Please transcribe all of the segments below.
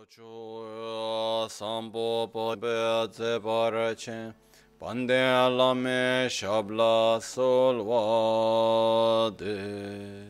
Chocho sambo pobe ze parachen pande lame shabla solvade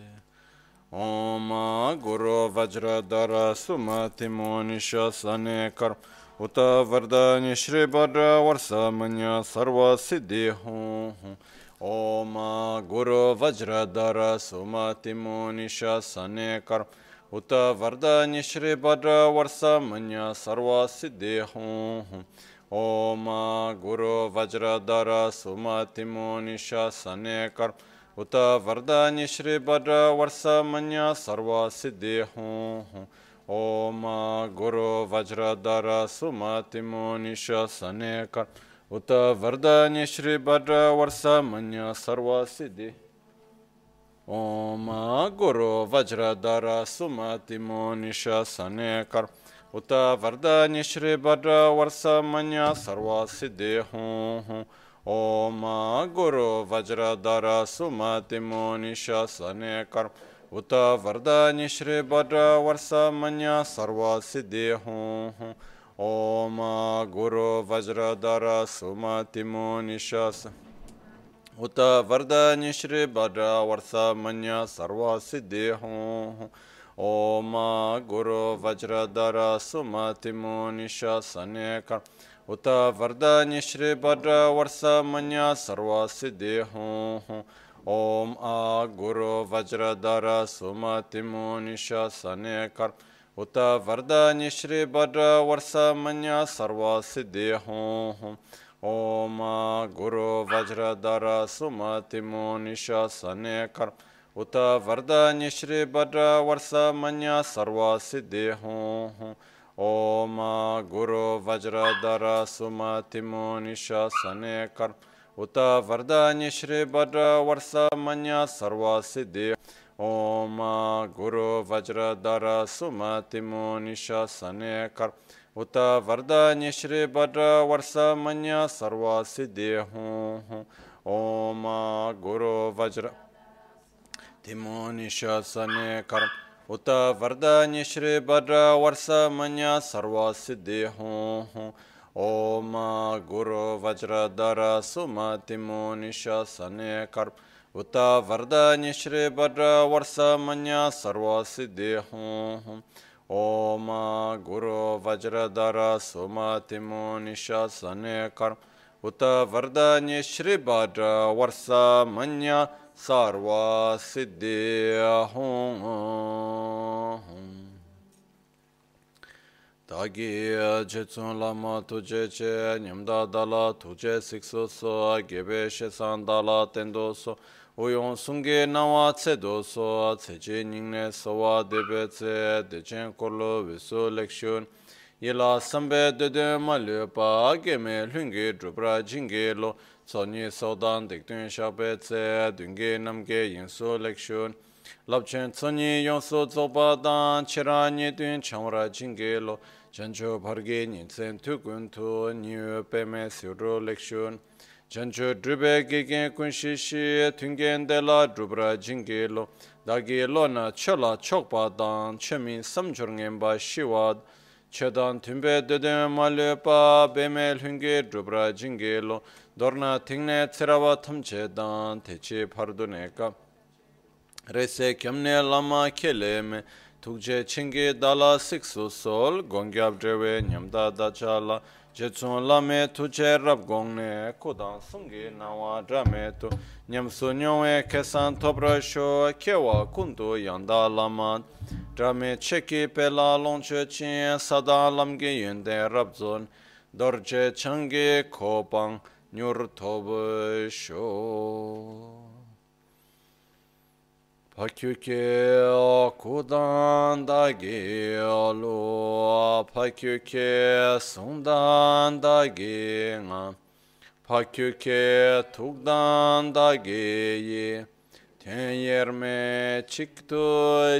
Om Guru Vajradhara Sumati Monisha Sanekar Uta Vardani Shri Bhadra Varsamanya Sarva Siddhi Hum Om Guru Vajradhara Sumati Monisha Sanekar Uta Vardani Shri Bhadra Varsamanya Sarva Siddhi Hum Om Guru Vajradhara Sumati Monisha Sanekar Uta Vardani Shri Bhadra Varsamanya Sarva Siddhi Hum Om Guru Vajradhara Sumati Monisha Sanekar Uta Vardani Shri Bhadra Varsamanya Sarva Siddhi Om Guru Vajradhara Sumati Monisha Sanekar Uta Vardani Shri Bhadra Varsamanya Sarva Siddhi Hum Om Guru Vajradhara Sumati Monisha Sanekar Uta Vardani Shri Bhadra Varsamanya Sarva Siddhi Hum Om Guru Vajradhara Sumati Monisha Uta Vardani Shri Bhadra Varsamanya Sarva Siddhi Hum Om Guru Vajradhara Sumati Monisha Sanekar Uta Vardani Shri Bhadra Varsamanya Sarva Siddhi Hum Om Guru Vajradhara Sumati Monisha Sanekar Uta Vardani Shri Bhadra Varsamanya Sarva Siddhi Hum Om Guru Vajradhara Sumati Monisha Sanekar Uta Vardani Shri Bhadra Varsamanya Sarva Siddhi Hum Om Guru Vajradhara Sumati Monisha Sanekar Uta Vardani Shri Bhadra Varsamanya Sarva Siddhi Om Guru Vajradhara Sumati Monisha Sanekar Uta Vardani Shri Bhadra Varsamanya Sarva Siddhi Hum Om Guru Vajra Timonisha Sanekar Uta Vardani Shri Bhadra Varsamanya Sarva Siddhi Hum Om Guru Vajradhara Sumati Monisha Sanekar Uta Vardani Shri Bhadra Varsamanya Sarva Siddhi Hum Om Guru Vajradhara Sumati Monisha Sanekar Uta Vardani Shri Bhadra Varsamanya Sarva Siddhi Hum Tagi Jetsun Lama Tuje Che Nyamda Dala Tuje Sikso So Gebe Shesan Dala Tendo So Uyon Sungi Nawa Tsedo So Tseji Ningne Sowa Debe Tse Dechen Korlo Visu Lekshun Yela Sambe Dede Malupa Geme Lungi Drupra Jingi Lo Tsoni Sodan Diktun Shabe Tse Dungi Namge Yinsu Lekshun Labchen Tsoni Yonsu Zoba Dan Chirani Dun Chamra Jingi Lo Jancho Bhargi Nitsen Tukun Tu Nyu Peme Siro Lekshun Jancho Drube Gegen Kunshishi Tungen de la Drubra Jingelo Dagi Lona Chola Chokpa Dan Chemin Samjurngemba Shiwad Chedan Tumbe Dede Malepa Bemel Hunge Drubra Jingelo Dorna Tingne Tserawa Tamche Dan Techi Parduneka Rese Kemne Lama Keleme Tukje Chingi Dala Siksu Sol Gongyab Drewe Nyamda Dachala Jetsun Lame Tuje Rab Gongne Kudan Sungi Nawa Drame Tu Nyamsu Nyowe Kesan Tobra Sho Kewa Kundu Yanda Laman Drame Cheki Pela Lonche Chin Sada Lamge Yende Rabzon Dorje Changi Kopang Nyur Tobu Sho Pakyuke kudan da gelo, pakyuke sundan da genga, pakyuke tukdan da geyi, ten yerme çıktı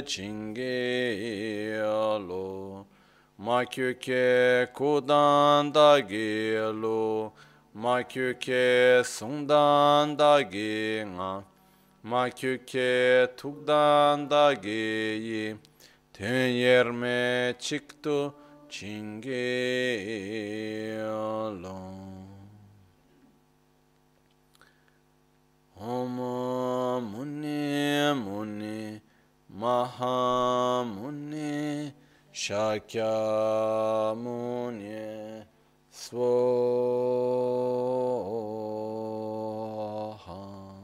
çingelo, makyuke kudan da gelo, makyuke sundan da genga, Makyuke tukdan da geyi ten yerme çıktı Chingelo Om Muni Muni Mahamuni Shakyamuni Swaha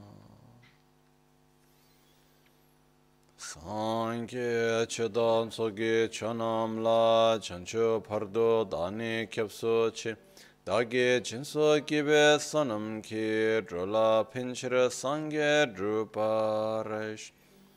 Sangye Chedan Soge Chanam La Chancho Pardo Dani Kyapso Chi Dagi Jinso Gibe Sanam Ki Drola Pinchira Sangye Druparish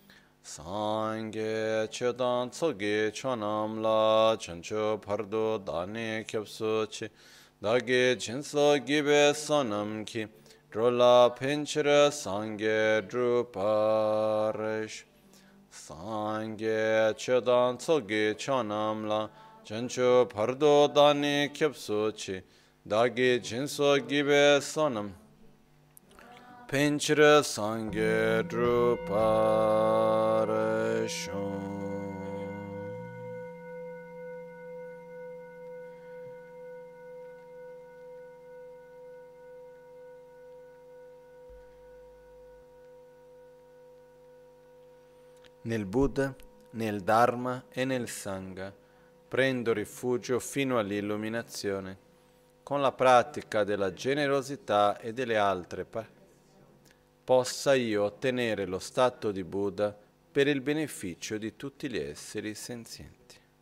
Sangye Chedan Soge Chanam La Chancho Pardo Dani Kyapso Chi Dagi Jinso Gibe Sanam Ki Drola Pinchira Sangye Druparish Sangye Chedan Tsoge Chanam La Chancho Pardo Dani Kyapso Chi Dagi Jinso Gibe Sonam Pinchira Sangye Druparashon. Nel Buddha, nel Dharma e nel Sangha prendo rifugio fino all'illuminazione, con la pratica della generosità e delle altre possa io ottenere lo stato di Buddha per il beneficio di tutti gli esseri senzienti.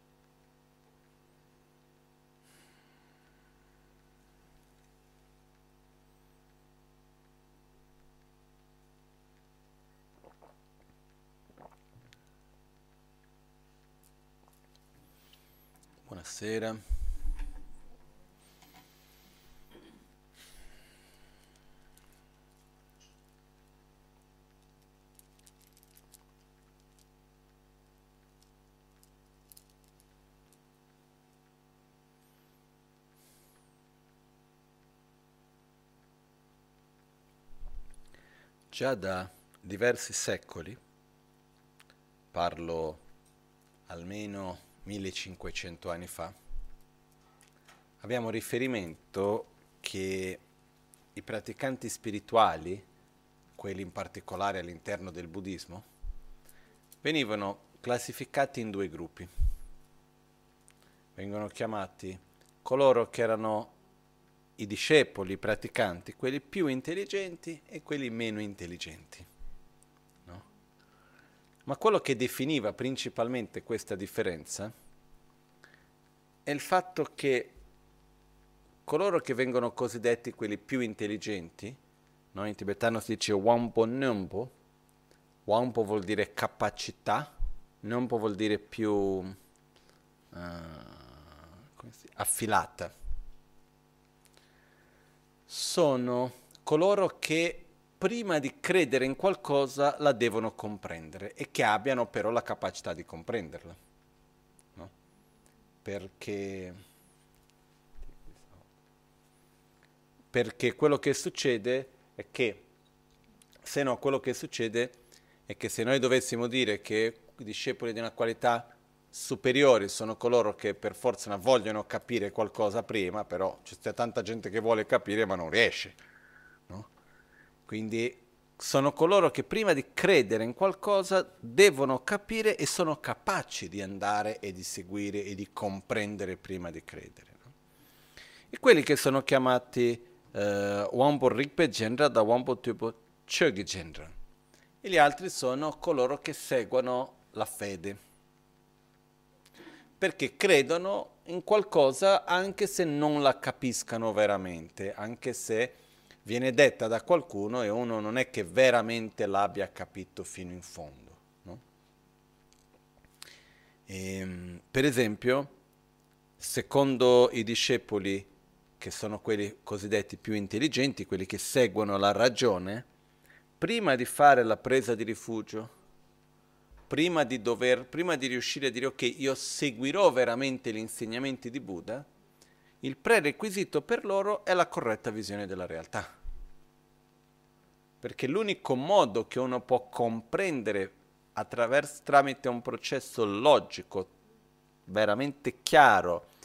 Buonasera. Già da diversi secoli, parlo almeno 1500 anni fa, abbiamo riferimento che i praticanti spirituali, quelli in particolare all'interno del buddismo, venivano classificati in due gruppi. Vengono chiamati coloro che erano i discepoli, i praticanti, quelli più intelligenti e quelli meno intelligenti. No? Ma quello che definiva principalmente questa differenza è il fatto che coloro che vengono cosiddetti quelli più intelligenti, no? In tibetano si dice Wampo Numpo, Wampo vuol dire capacità, Numpo vuol dire più affilata. Sono coloro che prima di credere in qualcosa la devono comprendere e che abbiano però la capacità di comprenderla. No? Perché quello che succede è che se noi dovessimo dire che i discepoli di una qualità superiori sono coloro che per forza vogliono capire qualcosa prima, però c'è tanta gente che vuole capire ma non riesce, no? Quindi sono coloro che prima di credere in qualcosa devono capire e sono capaci di andare e di seguire e di comprendere prima di credere, no? E quelli che sono chiamati Wampo Rigpe Genra da Wampo Tupo Chogi Genra, e gli altri sono coloro che seguono la fede, perché credono in qualcosa anche se non la capiscano veramente, anche se viene detta da qualcuno e uno non è che veramente l'abbia capito fino in fondo. No? Per esempio, secondo i discepoli, che sono quelli cosiddetti più intelligenti, quelli che seguono la ragione, prima di fare la presa di rifugio, prima di riuscire a dire ok, io seguirò veramente gli insegnamenti di Buddha, il prerequisito per loro è la corretta visione della realtà. Perché l'unico modo che uno può comprendere tramite un processo logico, veramente chiaro,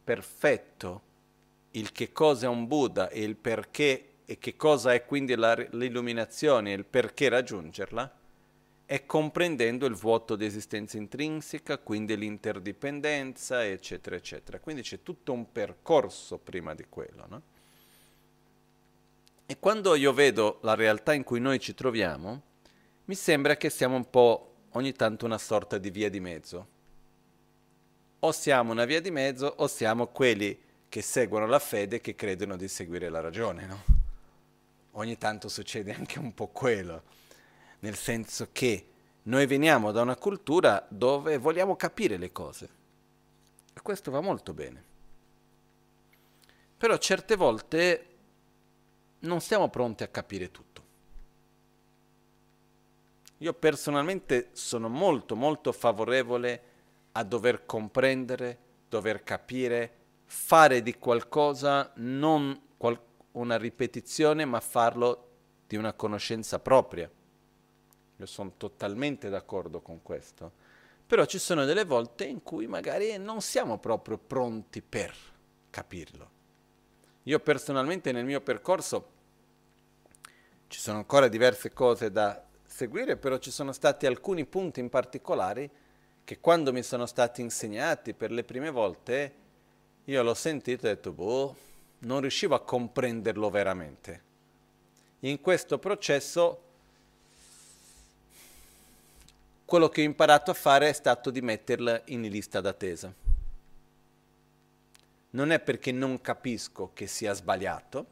perfetto il che cosa è un Buddha e il perché e che cosa è quindi l'illuminazione e il perché raggiungerla, è comprendendo il vuoto di esistenza intrinseca, quindi l'interdipendenza, eccetera, eccetera. Quindi c'è tutto un percorso prima di quello, no? E quando io vedo la realtà in cui noi ci troviamo, mi sembra che siamo un po' ogni tanto una sorta di via di mezzo. O siamo una via di mezzo o siamo quelli che seguono la fede e che credono di seguire la ragione, no? Ogni tanto succede anche un po' quello, nel senso che noi veniamo da una cultura dove vogliamo capire le cose e questo va molto bene. Però certe volte non siamo pronti a capire tutto. Io personalmente sono molto molto favorevole a dover comprendere, dover capire, fare di qualcosa non una ripetizione, ma farlo di una conoscenza propria. Io sono totalmente d'accordo con questo. Però ci sono delle volte in cui magari non siamo proprio pronti per capirlo. Io personalmente nel mio percorso ci sono ancora diverse cose da seguire, però ci sono stati alcuni punti in particolare che quando mi sono stati insegnati per le prime volte, io l'ho sentito e ho detto, boh, non riuscivo a comprenderlo veramente. In questo processo, quello che ho imparato a fare è stato di metterla in lista d'attesa. Non è perché non capisco che sia sbagliato,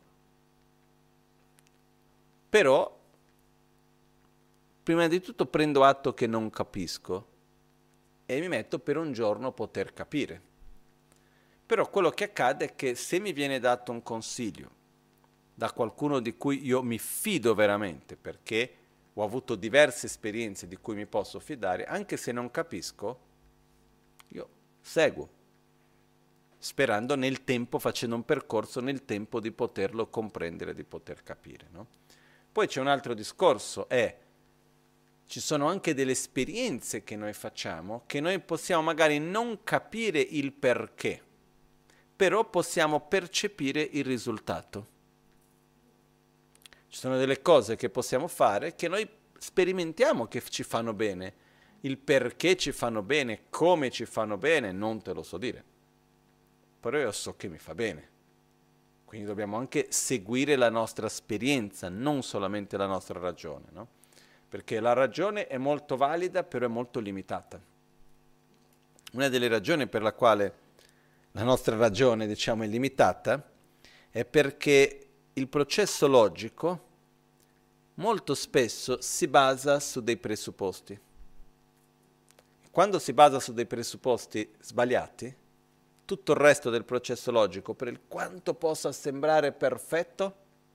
però prima di tutto prendo atto che non capisco e mi metto per un giorno a poter capire. Però quello che accade è che se mi viene dato un consiglio da qualcuno di cui io mi fido veramente, perché ho avuto diverse esperienze di cui mi posso fidare, anche se non capisco, io seguo, sperando nel tempo, facendo un percorso nel tempo di poterlo comprendere, di poter capire, no? Poi c'è un altro discorso, ci sono anche delle esperienze che noi facciamo, che noi possiamo magari non capire il perché, però possiamo percepire il risultato. Ci sono delle cose che possiamo fare che noi sperimentiamo che ci fanno bene. Il perché ci fanno bene, come ci fanno bene, non te lo so dire. Però io so che mi fa bene. Quindi dobbiamo anche seguire la nostra esperienza, non solamente la nostra ragione, no? Perché la ragione è molto valida, però è molto limitata. Una delle ragioni per la quale la nostra ragione, diciamo, è limitata è perché il processo logico molto spesso si basa su dei presupposti. Quando si basa su dei presupposti sbagliati, tutto il resto del processo logico, per il quanto possa sembrare perfetto,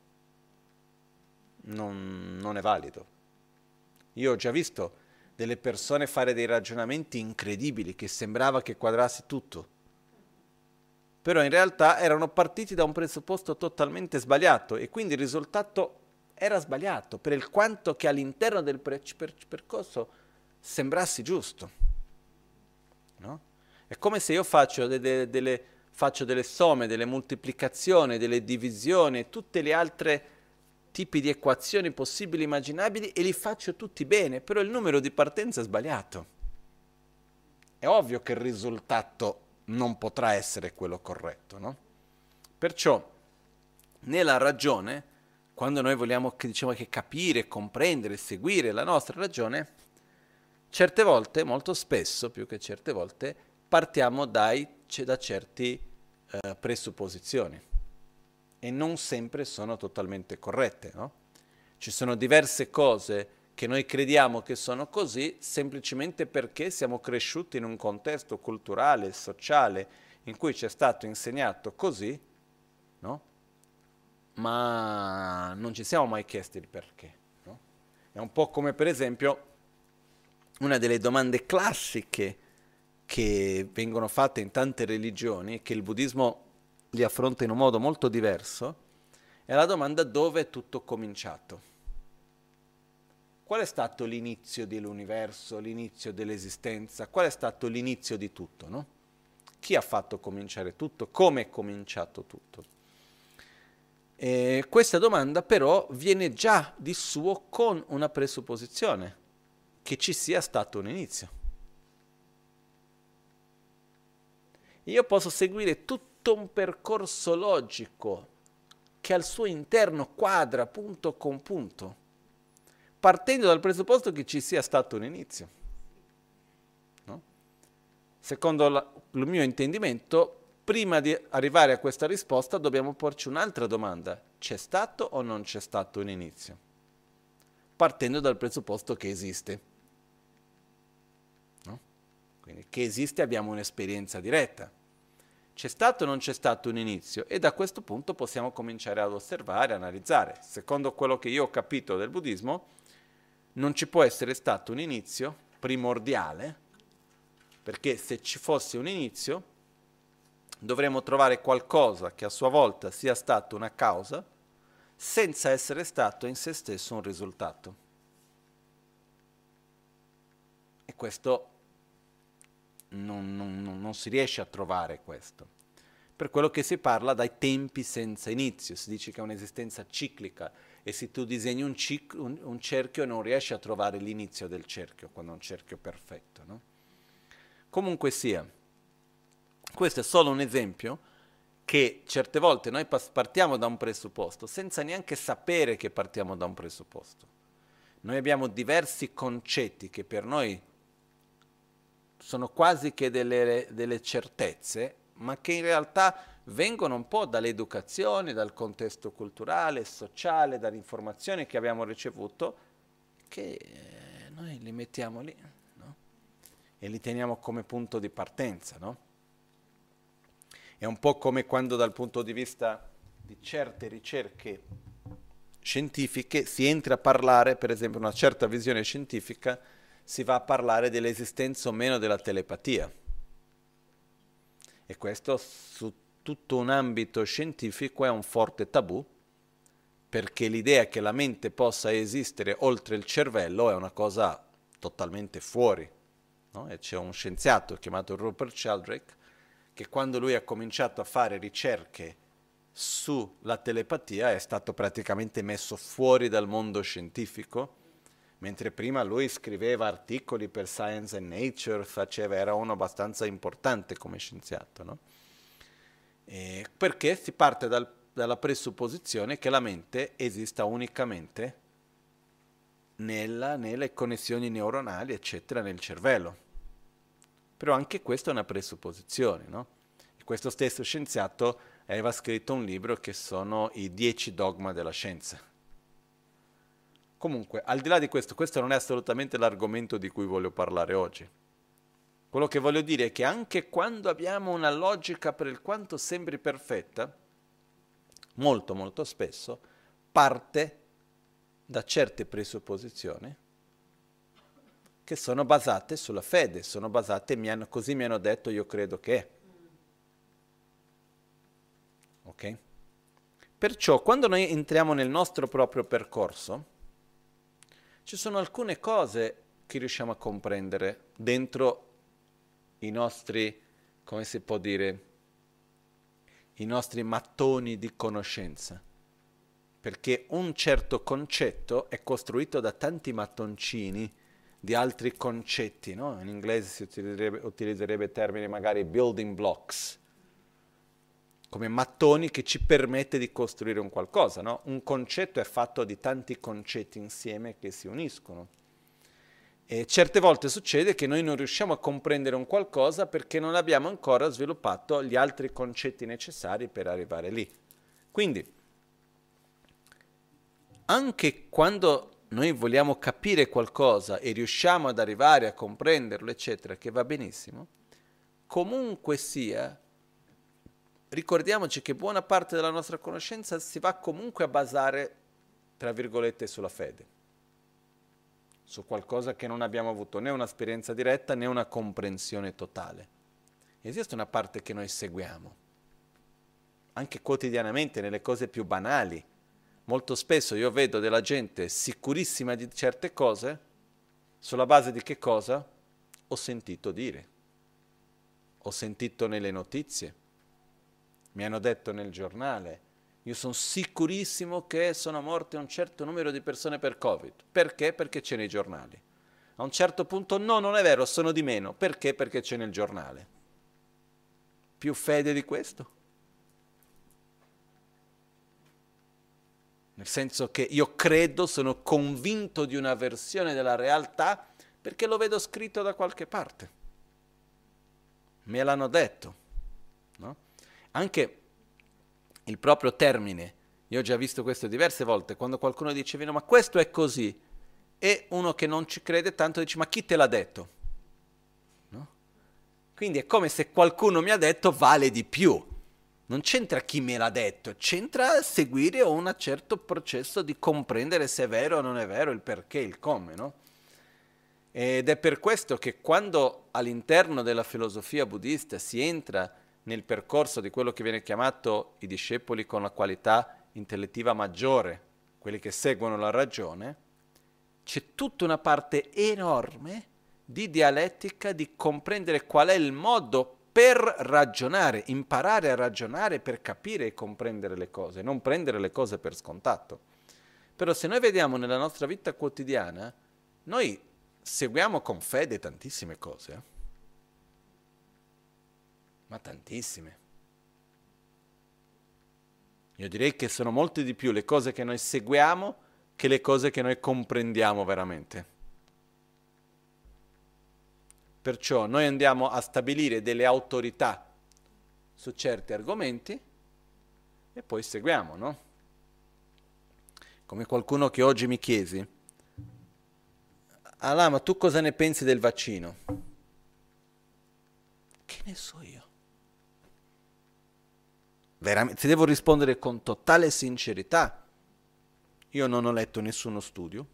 non è valido. Io ho già visto delle persone fare dei ragionamenti incredibili che sembrava che quadrasse tutto. Però in realtà erano partiti da un presupposto totalmente sbagliato e quindi il risultato era sbagliato, per il quanto che all'interno del percorso sembrassi giusto. No? È come se io faccio delle somme, delle moltiplicazioni, delle divisioni, tutte le altre tipi di equazioni possibili e immaginabili e li faccio tutti bene, però il numero di partenza è sbagliato. È ovvio che il risultato non potrà essere quello corretto, no? Perciò, nella ragione, quando noi vogliamo diciamo che capire, comprendere, seguire la nostra ragione, certe volte, molto spesso, più che certe volte, partiamo da certe presupposizioni e non sempre sono totalmente corrette, no? Ci sono diverse cose che noi crediamo che sono così semplicemente perché siamo cresciuti in un contesto culturale, sociale, in cui ci è stato insegnato così, no? Ma non ci siamo mai chiesti il perché, no? È un po' come per esempio una delle domande classiche che vengono fatte in tante religioni, che il buddismo li affronta in un modo molto diverso, è la domanda dove è tutto cominciato. Qual è stato l'inizio dell'universo, l'inizio dell'esistenza? Qual è stato l'inizio di tutto, no? chi ha fatto cominciare tutto, come è cominciato tutto. E questa domanda però viene già di suo con una presupposizione, che ci sia stato un inizio. Io posso seguire tutto un percorso logico che al suo interno quadra punto con punto, partendo dal presupposto che ci sia stato un inizio. No? Secondo il mio intendimento, prima di arrivare a questa risposta dobbiamo porci un'altra domanda. C'è stato o non c'è stato un inizio? Partendo dal presupposto che esiste. No? Quindi che esiste abbiamo un'esperienza diretta. C'è stato o non c'è stato un inizio? E da questo punto possiamo cominciare ad osservare, analizzare. Secondo quello che io ho capito del buddismo, non ci può essere stato un inizio primordiale, perché se ci fosse un inizio dovremmo trovare qualcosa che a sua volta sia stato una causa senza essere stato in se stesso un risultato. E questo non si riesce a trovare questo. Per quello che si parla dai tempi senza inizio, si dice che è un'esistenza ciclica e se tu disegni un cerchio non riesci a trovare l'inizio del cerchio quando è un cerchio perfetto. No? Comunque sia, questo è solo un esempio che certe volte noi partiamo da un presupposto senza neanche sapere che partiamo da un presupposto. Noi abbiamo diversi concetti che per noi sono quasi che delle certezze, ma che in realtà vengono un po' dall'educazione, dal contesto culturale, sociale, dall'informazione che abbiamo ricevuto, che noi li mettiamo lì, no? E li teniamo come punto di partenza, no? È un po' come quando dal punto di vista di certe ricerche scientifiche si entra a parlare, per esempio una certa visione scientifica, si va a parlare dell'esistenza o meno della telepatia. E questo su tutto un ambito scientifico è un forte tabù, perché l'idea che la mente possa esistere oltre il cervello è una cosa totalmente fuori. No? E c'è un scienziato chiamato Rupert Sheldrake che quando lui ha cominciato a fare ricerche sulla telepatia è stato praticamente messo fuori dal mondo scientifico, mentre prima lui scriveva articoli per Science and Nature, era uno abbastanza importante come scienziato, no? Perché si parte dalla presupposizione che la mente esista unicamente nelle connessioni neuronali, eccetera, nel cervello. Però anche questa è una presupposizione, no? E questo stesso scienziato aveva scritto un libro che sono i 10 dogma della scienza. Comunque, al di là di questo non è assolutamente l'argomento di cui voglio parlare oggi. Quello che voglio dire è che anche quando abbiamo una logica per il quanto sembri perfetta, molto molto spesso parte da certe presupposizioni che sono basate sulla fede, sono basate, così mi hanno detto, io credo che è. Ok? Perciò, quando noi entriamo nel nostro proprio percorso, ci sono alcune cose che riusciamo a comprendere dentro i nostri, come si può dire, i nostri mattoni di conoscenza. Perché un certo concetto è costruito da tanti mattoncini di altri concetti, no? In inglese si utilizzerebbe termini magari building blocks, come mattoni che ci permette di costruire un qualcosa, no? Un concetto è fatto di tanti concetti insieme che si uniscono. E certe volte succede che noi non riusciamo a comprendere un qualcosa perché non abbiamo ancora sviluppato gli altri concetti necessari per arrivare lì. Quindi, anche quando noi vogliamo capire qualcosa e riusciamo ad arrivare a comprenderlo, eccetera, che va benissimo, comunque sia, ricordiamoci che buona parte della nostra conoscenza si va comunque a basare, tra virgolette, sulla fede, su qualcosa che non abbiamo avuto né un'esperienza diretta né una comprensione totale. Esiste una parte che noi seguiamo, anche quotidianamente, nelle cose più banali. Molto spesso io vedo della gente sicurissima di certe cose, sulla base di che cosa? Ho sentito dire. ho sentito nelle notizie, mi hanno detto nel giornale, io sono sicurissimo che sono morte un certo numero di persone per Covid. Perché? Perché c'è nei giornali. A un certo punto no, non è vero, sono di meno. Perché? Perché c'è nel giornale. Più fede di questo? Nel senso che io credo, sono convinto di una versione della realtà perché lo vedo scritto da qualche parte. Me l'hanno detto, no? Anche il proprio termine, io ho già visto questo diverse volte, quando qualcuno dice, ma questo è così, e uno che non ci crede tanto dice, ma chi te l'ha detto? No? Quindi è come se qualcuno mi ha detto vale di più. Non c'entra chi me l'ha detto, c'entra seguire un certo processo di comprendere se è vero o non è vero, il perché, il come, no? Ed è per questo che quando all'interno della filosofia buddista si entra nel percorso di quello che viene chiamato i discepoli con la qualità intellettiva maggiore, quelli che seguono la ragione, c'è tutta una parte enorme di dialettica, di comprendere qual è il modo per ragionare, imparare a ragionare per capire e comprendere le cose, non prendere le cose per scontato. Però se noi vediamo nella nostra vita quotidiana, noi seguiamo con fede tantissime cose, ma tantissime. Io direi che sono molte di più le cose che noi seguiamo che le cose che noi comprendiamo veramente. Perciò noi andiamo a stabilire delle autorità su certi argomenti e poi seguiamo, no? Come qualcuno che oggi mi chiesi, Alà, ma tu cosa ne pensi del vaccino? Che ne so io? Veramente, se devo rispondere con totale sincerità, io non ho letto nessuno studio,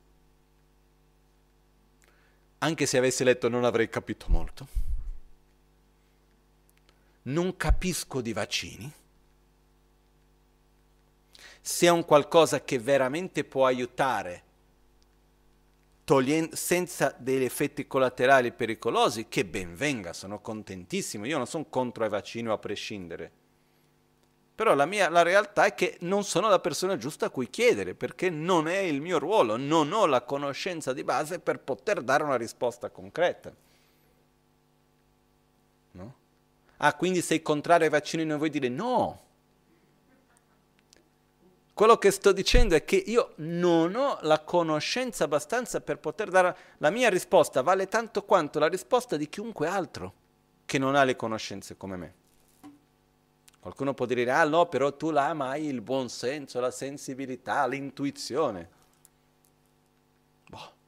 anche se avessi letto non avrei capito molto. Non capisco di vaccini. Se è un qualcosa che veramente può aiutare, senza degli effetti collaterali pericolosi, che ben venga, sono contentissimo, io non sono contro i vaccini a prescindere. Però la realtà è che non sono la persona giusta a cui chiedere, perché non è il mio ruolo, non ho la conoscenza di base per poter dare una risposta concreta. No? Ah, quindi sei contrario ai vaccini e non vuoi dire no. Quello che sto dicendo è che io non ho la conoscenza abbastanza per poter dare la mia risposta, vale tanto quanto la risposta di chiunque altro che non ha le conoscenze come me. Qualcuno può dire, ah no, però tu là hai il buon senso, la sensibilità, l'intuizione. Boh.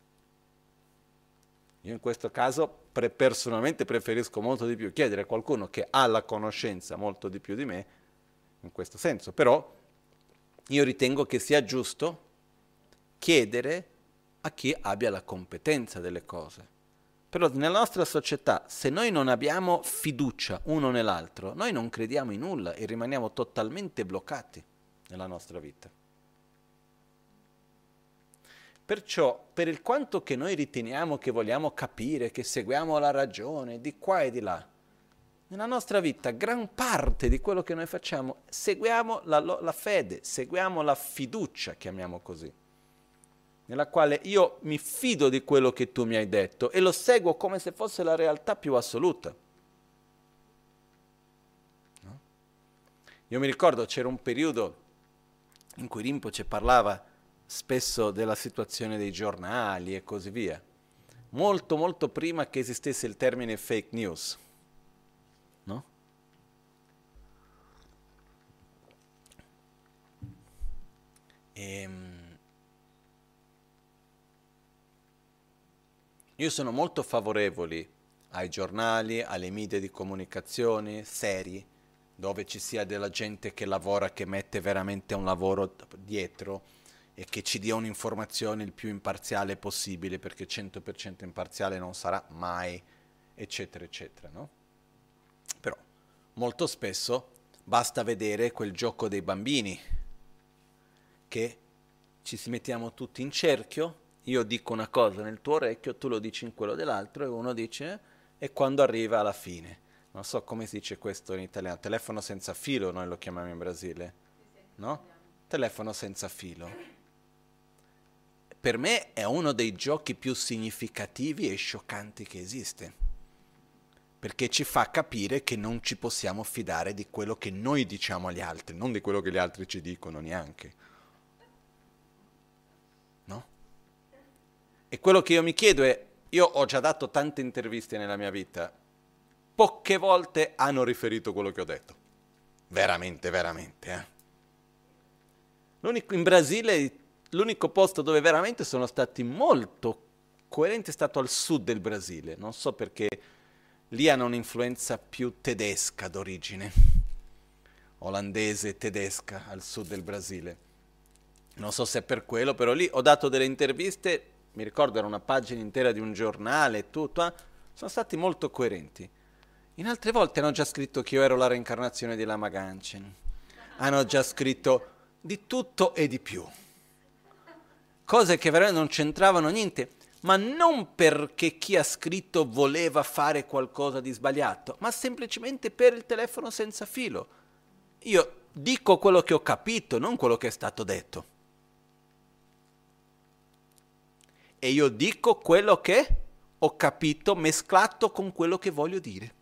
Io in questo caso personalmente preferisco molto di più chiedere a qualcuno che ha la conoscenza molto di più di me, in questo senso. Però io ritengo che sia giusto chiedere a chi abbia la competenza delle cose. Però nella nostra società, se noi non abbiamo fiducia uno nell'altro, noi non crediamo in nulla e rimaniamo totalmente bloccati nella nostra vita. Perciò, per il quanto che noi riteniamo che vogliamo capire, che seguiamo la ragione, di qua e di là, nella nostra vita, gran parte di quello che noi facciamo, seguiamo la fede, seguiamo la fiducia, chiamiamo così, nella quale io mi fido di quello che tu mi hai detto e lo seguo come se fosse la realtà più assoluta. No? Io mi ricordo c'era un periodo in cui Rinpoche parlava spesso della situazione dei giornali e così via, molto molto prima che esistesse il termine fake news. No? Io sono molto favorevole ai giornali, alle media di comunicazione seri, dove ci sia della gente che lavora, che mette veramente un lavoro dietro e che ci dia un'informazione il più imparziale possibile, perché 100% imparziale non sarà mai, eccetera, eccetera, no? Però molto spesso basta vedere quel gioco dei bambini, che ci si mettiamo tutti in cerchio, io dico una cosa nel tuo orecchio, tu lo dici in quello dell'altro e uno dice, e quando arriva alla fine, Non so come si dice questo in italiano, telefono senza filo noi lo chiamiamo in Brasile, no? Telefono senza filo. Per me è uno dei giochi più significativi e scioccanti che esiste, perché ci fa capire che non ci possiamo fidare di quello che noi diciamo agli altri, non di quello che gli altri ci dicono neanche. No? E quello che io mi chiedo è, io ho già dato tante interviste nella mia vita, poche volte hanno riferito quello che ho detto. Veramente, veramente. In Brasile, l'unico posto dove veramente sono stati molto coerenti è stato al sud del Brasile. Non so perché lì hanno un'influenza più tedesca d'origine, olandese, tedesca, al sud del Brasile. Non so se è per quello, però lì ho dato delle interviste, mi ricordo era una pagina intera di un giornale e tutto, sono stati molto coerenti. In altre volte hanno già scritto che io ero la reincarnazione di Lama Ganchen. Hanno già scritto di tutto e di più. Cose che veramente non c'entravano niente, ma non perché chi ha scritto voleva fare qualcosa di sbagliato, ma semplicemente per il telefono senza filo. Io dico quello che ho capito, non quello che è stato detto. E io dico quello che ho capito mesclato con quello che voglio dire.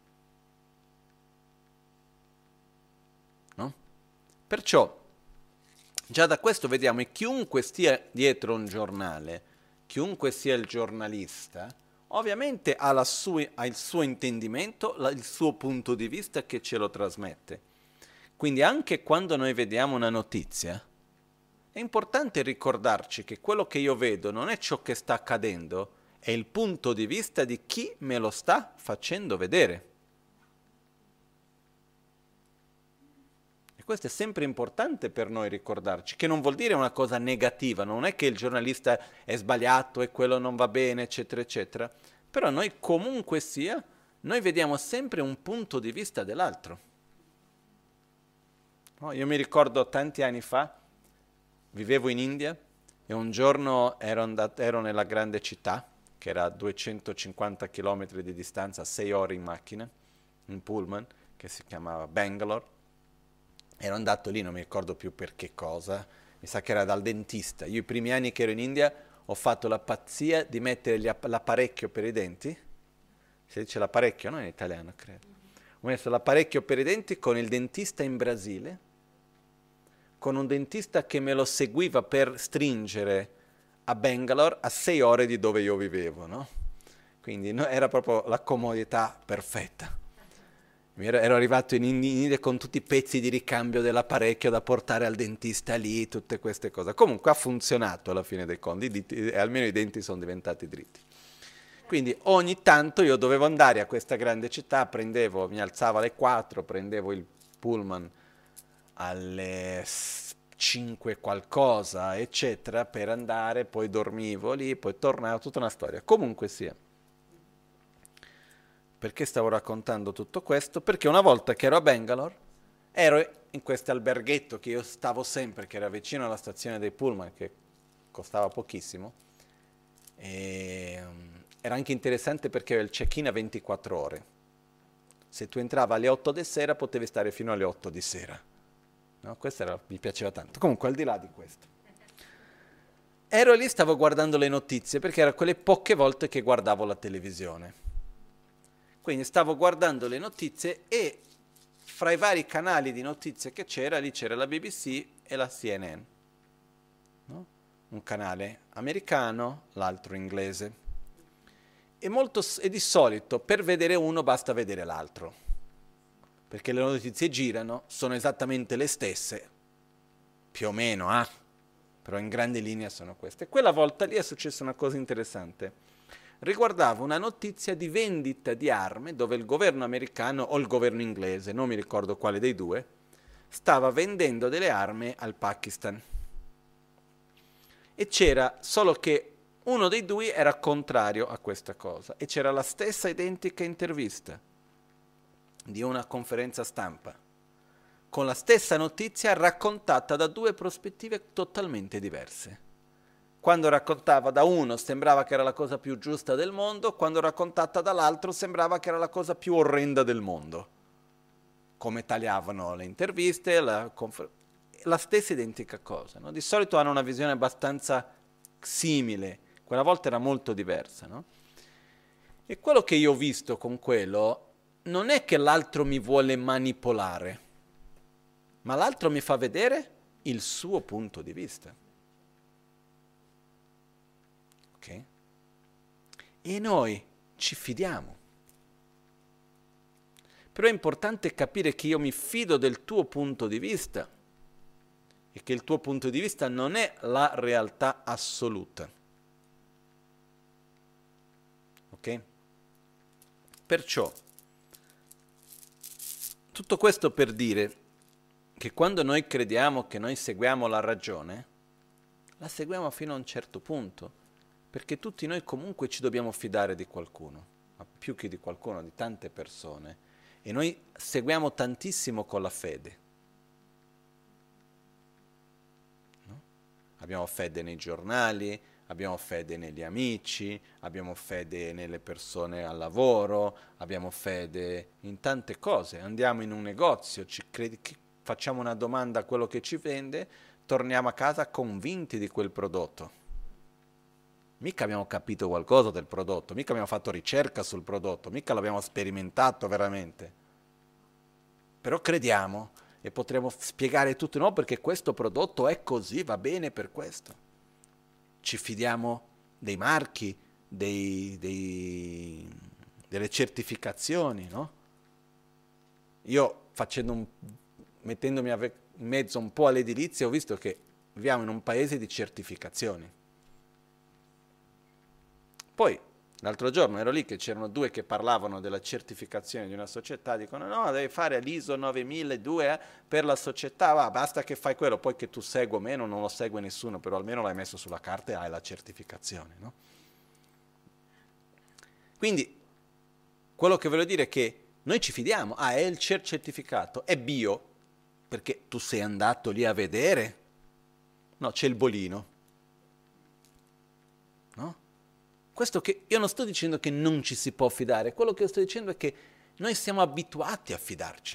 No? Perciò, già da questo vediamo che chiunque stia dietro un giornale, chiunque sia il giornalista, ovviamente ha il suo intendimento, il suo punto di vista che ce lo trasmette. Quindi anche quando noi vediamo una notizia, è importante ricordarci che quello che io vedo non è ciò che sta accadendo, è il punto di vista di chi me lo sta facendo vedere. E questo è sempre importante per noi ricordarci, che non vuol dire una cosa negativa, non è che il giornalista è sbagliato e quello non va bene, eccetera, eccetera. Però noi comunque sia, noi vediamo sempre un punto di vista dell'altro. No, io mi ricordo tanti anni fa, vivevo in India e un giorno ero nella grande città, che era a 250 km di distanza, 6 ore in macchina, in pullman, che si chiamava Bangalore. Ero andato lì, non mi ricordo più per che cosa, mi sa che era dal dentista. Io i primi anni che ero in India ho fatto la pazzia di mettere l'apparecchio per i denti. Si dice l'apparecchio, no? In italiano, credo. Ho messo l'apparecchio per i denti con il dentista in Brasile, con un dentista che me lo seguiva per stringere a Bangalore a 6 ore di dove io vivevo, no? Quindi era proprio la comodità perfetta. Ero arrivato in India con tutti i pezzi di ricambio dell'apparecchio da portare al dentista lì, tutte queste cose. Comunque ha funzionato alla fine dei conti, e almeno i denti sono diventati dritti. Quindi ogni tanto io dovevo andare a questa grande città, mi alzavo alle 4, prendevo il pullman alle 5 qualcosa, eccetera, per andare, poi dormivo lì, poi tornavo, tutta una storia. Comunque sia. Perché stavo raccontando tutto questo? Perché una volta che ero a Bangalore, ero in questo alberghetto che io stavo sempre, che era vicino alla stazione dei pullman, che costava pochissimo. E era anche interessante perché aveva il check-in a 24 ore. Se tu entravi alle 8 di sera, potevi stare fino alle 8 di sera. No? Mi piaceva tanto. Comunque, al di là di questo. Ero lì, stavo guardando le notizie, perché erano quelle poche volte che guardavo la televisione. Quindi stavo guardando le notizie e fra i vari canali di notizie che lì c'era la BBC e la CNN. No? Un canale americano, l'altro inglese. E di solito per vedere uno basta vedere l'altro. Perché le notizie girano, sono esattamente le stesse, più o meno, però in grande linea sono queste. Quella volta lì è successa una cosa interessante. Riguardava una notizia di vendita di armi dove il governo americano o il governo inglese, non mi ricordo quale dei due, stava vendendo delle armi al Pakistan. E c'era solo che uno dei due era contrario a questa cosa e c'era la stessa identica intervista di una conferenza stampa con la stessa notizia raccontata da due prospettive totalmente diverse. Quando raccontava da uno sembrava che era la cosa più giusta del mondo, quando raccontata dall'altro sembrava che era la cosa più orrenda del mondo. Come tagliavano le interviste, la stessa identica cosa. No? Di solito hanno una visione abbastanza simile, quella volta era molto diversa. No? E quello che io ho visto con quello non è che l'altro mi vuole manipolare, ma l'altro mi fa vedere il suo punto di vista. Ok? E noi ci fidiamo. Però è importante capire che io mi fido del tuo punto di vista e che il tuo punto di vista non è la realtà assoluta. Ok? Perciò, tutto questo per dire che quando noi crediamo che noi seguiamo la ragione, la seguiamo fino a un certo punto, perché tutti noi comunque ci dobbiamo fidare di qualcuno, ma più che di qualcuno, di tante persone, e noi seguiamo tantissimo con la fede. No? Abbiamo fede nei giornali, abbiamo fede negli amici, abbiamo fede nelle persone al lavoro, abbiamo fede in tante cose. Andiamo in un negozio, facciamo una domanda a quello che ci vende, torniamo a casa convinti di quel prodotto. Mica abbiamo capito qualcosa del prodotto, mica abbiamo fatto ricerca sul prodotto, mica l'abbiamo sperimentato veramente. Però crediamo e potremo spiegare tutto, no, perché questo prodotto è così, va bene per questo. Ci fidiamo dei marchi, delle certificazioni, no? Io mettendomi in mezzo un po' all'edilizia, ho visto che viviamo in un paese di certificazioni. Poi, l'altro giorno ero lì che c'erano due che parlavano della certificazione di una società, dicono no, devi fare l'ISO 9002 per la società, va, basta che fai quello, poi che tu segua o meno, non lo segue nessuno, però almeno l'hai messo sulla carta e hai la certificazione, no? Quindi, quello che voglio dire è che noi ci fidiamo, è il certificato, è bio, perché tu sei andato lì a vedere, no, c'è il bolino, no? Questo che io non sto dicendo che non ci si può fidare, quello che sto dicendo è che noi siamo abituati a fidarci.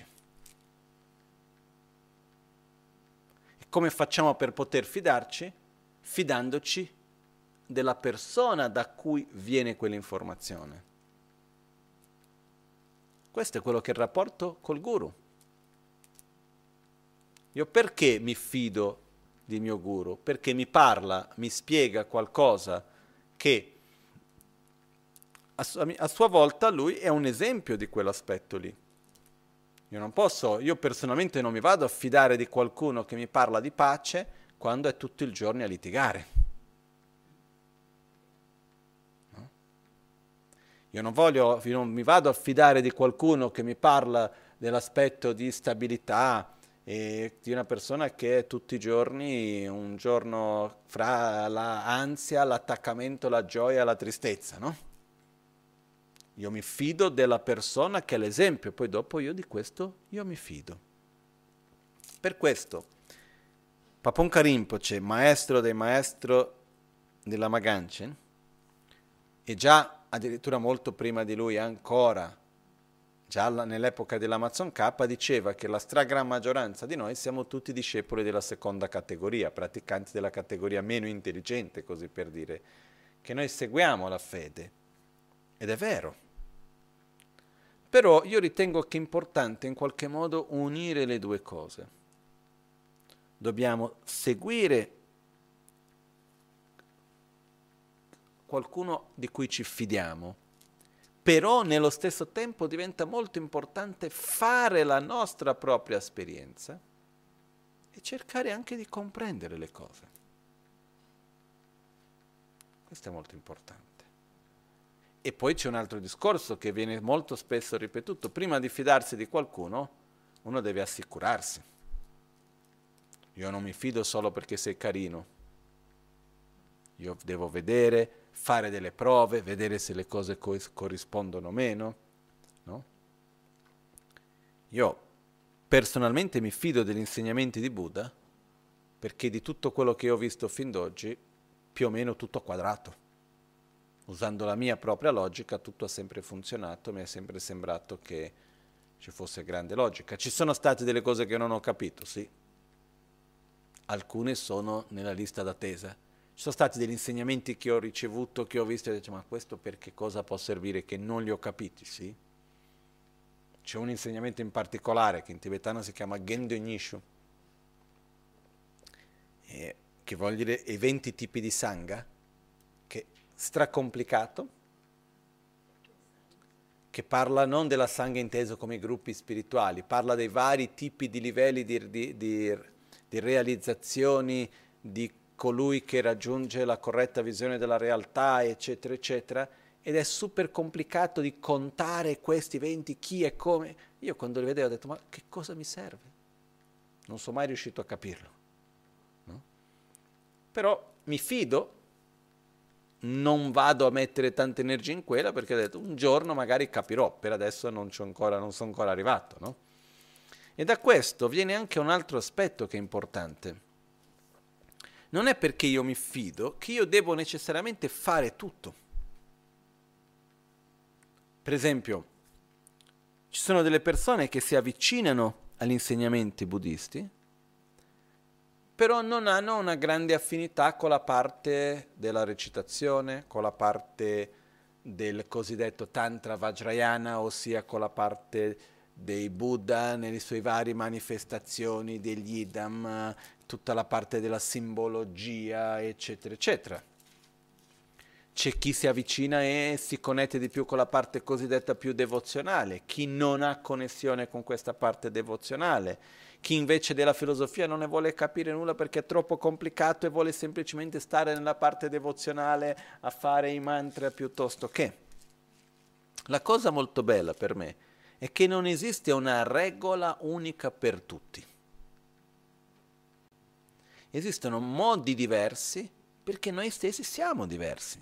E come facciamo per poter fidarci? Fidandoci della persona da cui viene quell'informazione. Questo è quello che è il rapporto col guru. Io perché mi fido di mio guru? Perché mi parla, mi spiega qualcosa che a sua volta lui è un esempio di quell'aspetto lì. Io personalmente non mi vado a fidare di qualcuno che mi parla di pace quando è tutto il giorno a litigare. No? Io non mi vado a fidare di qualcuno che mi parla dell'aspetto di stabilità e di una persona che è tutti i giorni, un giorno fra l'ansia, l'attaccamento, la gioia, la tristezza, no? Io mi fido della persona che è l'esempio, poi dopo io di questo io mi fido. Per questo Paponka Rinpoche, maestro dei maestro della Maganchen, e già addirittura molto prima di lui ancora, già nell'epoca dell'Amazon K, diceva che la stragrande maggioranza di noi siamo tutti discepoli della seconda categoria, praticanti della categoria meno intelligente, così per dire, che noi seguiamo la fede. Ed è vero. Però io ritengo che è importante in qualche modo unire le due cose. Dobbiamo seguire qualcuno di cui ci fidiamo, però nello stesso tempo diventa molto importante fare la nostra propria esperienza e cercare anche di comprendere le cose. Questo è molto importante. E poi c'è un altro discorso che viene molto spesso ripetuto. Prima di fidarsi di qualcuno, uno deve assicurarsi. Io non mi fido solo perché sei carino. Io devo vedere, fare delle prove, vedere se le cose corrispondono o meno. No? Io personalmente mi fido degli insegnamenti di Buddha perché di tutto quello che ho visto fin d'oggi più o meno tutto quadrato. Usando la mia propria logica tutto ha sempre funzionato, mi è sempre sembrato che ci fosse grande logica. Ci sono state delle cose che non ho capito, sì. Alcune sono nella lista d'attesa. Ci sono stati degli insegnamenti che ho ricevuto, che ho visto e ho detto, ma questo per che cosa può servire? Che non li ho capiti, sì. C'è un insegnamento in particolare che in tibetano si chiama Gendo Nishu, che vuol dire i 20 tipi di Sangha, che è stracomplicato, che parla non della Sangha inteso come gruppi spirituali, parla dei vari tipi di livelli di realizzazioni di colui che raggiunge la corretta visione della realtà, eccetera, eccetera, ed è super complicato di contare questi 20, chi e come. Io quando li vedevo ho detto, ma che cosa mi serve? Non sono mai riuscito a capirlo. No? Però mi fido, non vado a mettere tanta energia in quella perché ho detto un giorno magari capirò, per adesso non sono ancora arrivato. No? E da questo viene anche un altro aspetto che è importante. Non è perché io mi fido che io devo necessariamente fare tutto. Per esempio, ci sono delle persone che si avvicinano agli insegnamenti buddisti, però non hanno una grande affinità con la parte della recitazione, con la parte del cosiddetto Tantra Vajrayana, ossia con la parte dei Buddha nelle sue varie manifestazioni, degli idam, tutta la parte della simbologia, eccetera, eccetera. C'è chi si avvicina e si connette di più con la parte cosiddetta più devozionale, chi non ha connessione con questa parte devozionale, chi invece della filosofia non ne vuole capire nulla perché è troppo complicato e vuole semplicemente stare nella parte devozionale a fare i mantra piuttosto che. La cosa molto bella per me è che non esiste una regola unica per tutti. Esistono modi diversi perché noi stessi siamo diversi.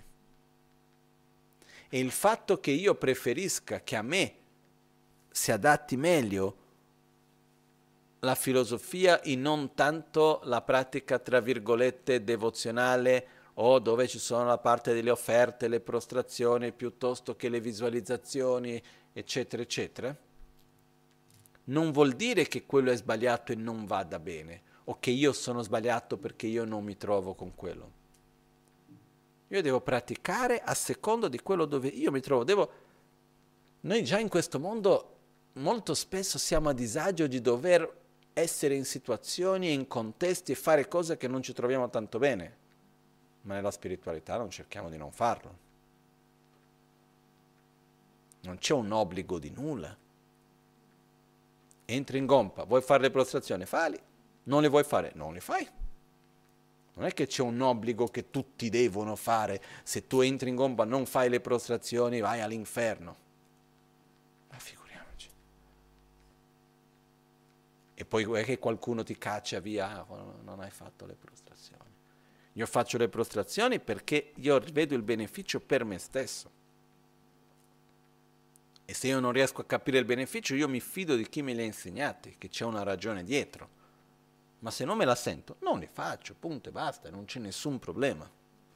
E il fatto che io preferisca che a me si adatti meglio la filosofia e non tanto la pratica, tra virgolette, devozionale o dove ci sono la parte delle offerte, le prostrazioni, piuttosto che le visualizzazioni, eccetera, eccetera, non vuol dire che quello è sbagliato e non vada bene, o che io sono sbagliato perché io non mi trovo con quello. Io devo praticare a seconda di quello dove io mi trovo. Noi già in questo mondo molto spesso siamo a disagio di dover essere in situazioni e in contesti e fare cose che non ci troviamo tanto bene. Ma nella spiritualità non cerchiamo di non farlo. Non c'è un obbligo di nulla. Entri in gompa, vuoi fare le prostrazioni? Falli. Non le vuoi fare? Non le fai. Non è che c'è un obbligo che tutti devono fare. Se tu entri in gompa, non fai le prostrazioni, vai all'inferno. Ma figuriamoci. E poi è che qualcuno ti caccia via, non hai fatto le prostrazioni. Io faccio le prostrazioni perché io vedo il beneficio per me stesso. E se io non riesco a capire il beneficio, io mi fido di chi me li ha insegnati, che c'è una ragione dietro. Ma se non me la sento, non li faccio, punto e basta, non c'è nessun problema.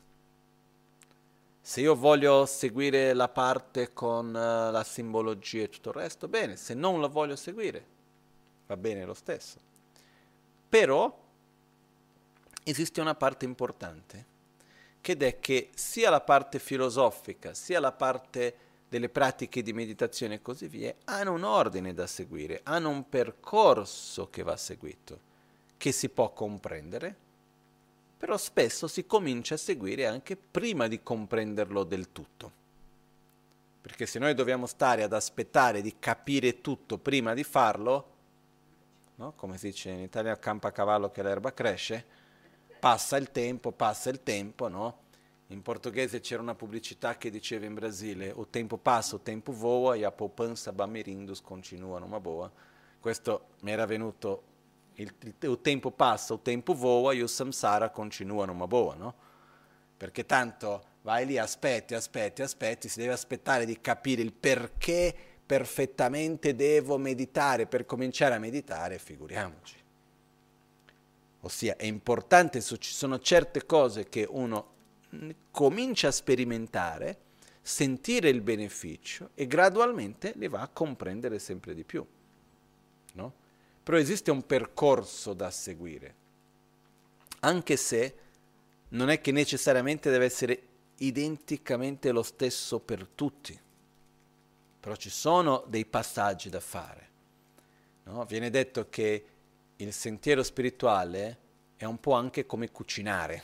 Se io voglio seguire la parte con la simbologia e tutto il resto, bene, se non la voglio seguire, va bene lo stesso. Però esiste una parte importante, ed è che sia la parte filosofica, sia la parte delle pratiche di meditazione e così via, hanno un ordine da seguire, hanno un percorso che va seguito, che si può comprendere, però spesso si comincia a seguire anche prima di comprenderlo del tutto. Perché se noi dobbiamo stare ad aspettare di capire tutto prima di farlo, no? Come si dice in Italia, campa a cavallo che l'erba cresce, passa il tempo, no? In portoghese c'era una pubblicità che diceva in Brasile o tempo passa, o tempo voa, e a poupança bamerindus continua numa boa. Questo mi era venuto, il tempo passa, o tempo voa, e o samsara continua numa boa, no? Perché tanto vai lì, aspetti, si deve aspettare di capire il perché perfettamente devo meditare per cominciare a meditare, figuriamoci. Ossia, è importante, ci sono certe cose che uno comincia a sperimentare, sentire il beneficio e gradualmente li va a comprendere sempre di più, no? Però esiste un percorso da seguire, anche se non è che necessariamente deve essere identicamente lo stesso per tutti, però ci sono dei passaggi da fare, no? Viene detto che il sentiero spirituale è un po' anche come cucinare,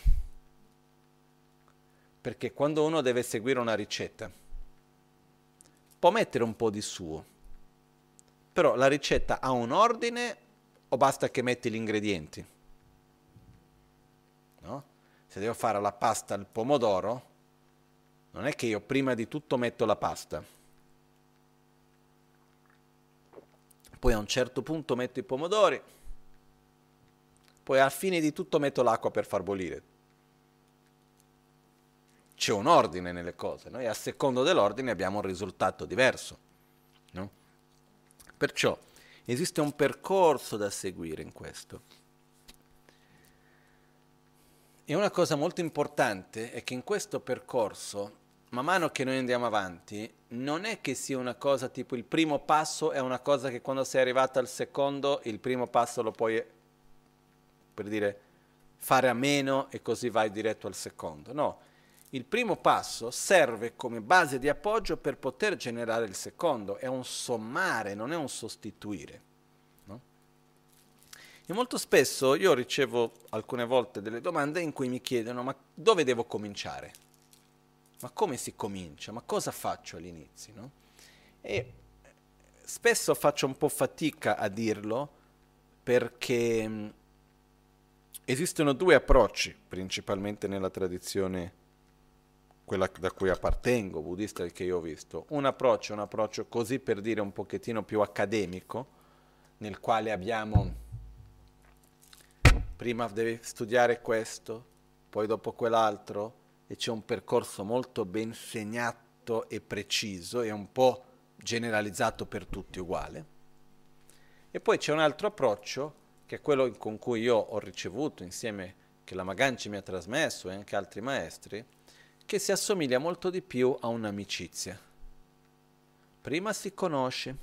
perché quando uno deve seguire una ricetta può mettere un po' di suo, però la ricetta ha un ordine o basta che metti gli ingredienti? No? Se devo fare la pasta al pomodoro, non è che io prima di tutto metto la pasta, poi a un certo punto metto i pomodori, poi alla fine di tutto metto l'acqua per far bollire. C'è un ordine nelle cose, no? E a secondo dell'ordine abbiamo un risultato diverso, no? Perciò esiste un percorso da seguire in questo. E una cosa molto importante è che in questo percorso, man mano che noi andiamo avanti, non è che sia una cosa tipo il primo passo è una cosa che quando sei arrivato al secondo, il primo passo lo puoi, per dire, fare a meno e così vai diretto al secondo. No, il primo passo serve come base di appoggio per poter generare il secondo, è un sommare, non è un sostituire. E molto spesso io ricevo alcune volte delle domande in cui mi chiedono ma dove devo cominciare? Ma come si comincia? Ma cosa faccio all'inizio? No? E spesso faccio un po' fatica a dirlo perché esistono due approcci principalmente nella tradizione, quella da cui appartengo, buddista che io ho visto. Un approccio così per dire un pochettino più accademico, nel quale abbiamo prima devi studiare questo, poi dopo quell'altro, e c'è un percorso molto ben segnato e preciso, e un po' generalizzato per tutti uguale. E poi c'è un altro approccio, che è quello con cui io ho ricevuto insieme, che la Maganci mi ha trasmesso e anche altri maestri, che si assomiglia molto di più a un'amicizia. Prima si conosce,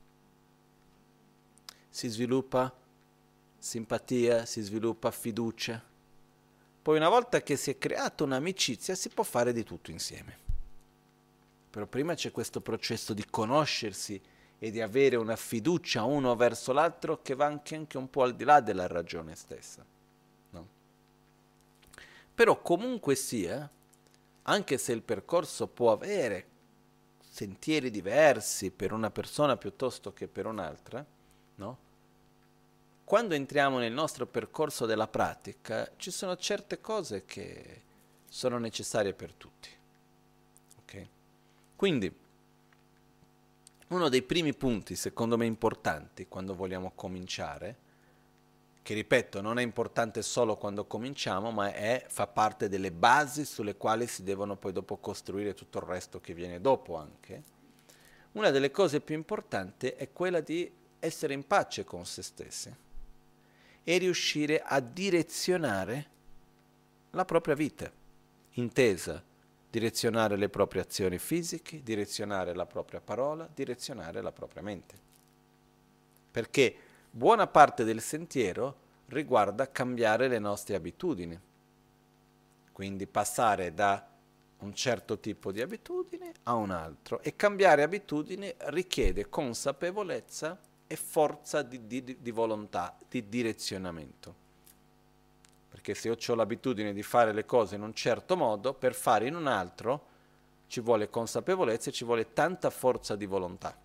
si sviluppa simpatia, si sviluppa fiducia. Poi una volta che si è creata un'amicizia si può fare di tutto insieme. Però prima c'è questo processo di conoscersi e di avere una fiducia uno verso l'altro che va anche un po' al di là della ragione stessa. No? Però comunque sia, anche se il percorso può avere sentieri diversi per una persona piuttosto che per un'altra, no? Quando entriamo nel nostro percorso della pratica, ci sono certe cose che sono necessarie per tutti. Okay? Quindi, uno dei primi punti, secondo me, importanti quando vogliamo cominciare, che ripeto, non è importante solo quando cominciamo, ma fa parte delle basi sulle quali si devono poi dopo costruire tutto il resto che viene dopo anche. Una delle cose più importanti è quella di essere in pace con se stessi e riuscire a direzionare la propria vita, intesa direzionare le proprie azioni fisiche, direzionare la propria parola, direzionare la propria mente. Perché buona parte del sentiero riguarda cambiare le nostre abitudini, quindi passare da un certo tipo di abitudine a un altro, e cambiare abitudini richiede consapevolezza e forza di volontà, di direzionamento. Perché se io ho l'abitudine di fare le cose in un certo modo, per fare in un altro ci vuole consapevolezza e ci vuole tanta forza di volontà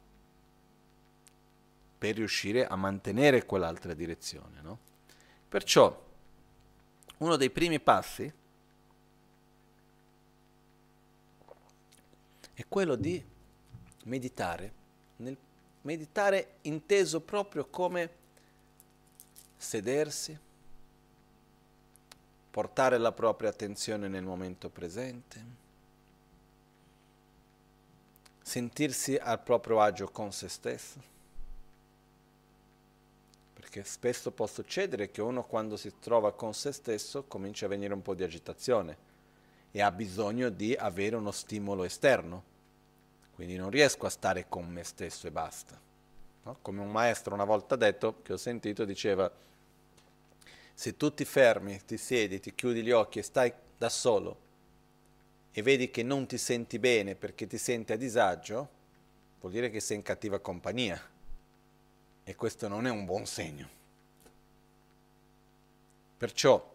per riuscire a mantenere quell'altra direzione, no? Perciò uno dei primi passi è quello di meditare, meditare inteso proprio come sedersi, portare la propria attenzione nel momento presente, sentirsi al proprio agio con se stesso, perché spesso può succedere che uno quando si trova con se stesso comincia a venire un po' di agitazione e ha bisogno di avere uno stimolo esterno. Quindi non riesco a stare con me stesso e basta. No? Come un maestro una volta detto, che ho sentito, diceva: se tu ti fermi, ti siedi, ti chiudi gli occhi e stai da solo e vedi che non ti senti bene perché ti senti a disagio, vuol dire che sei in cattiva compagnia. E questo non è un buon segno. Perciò,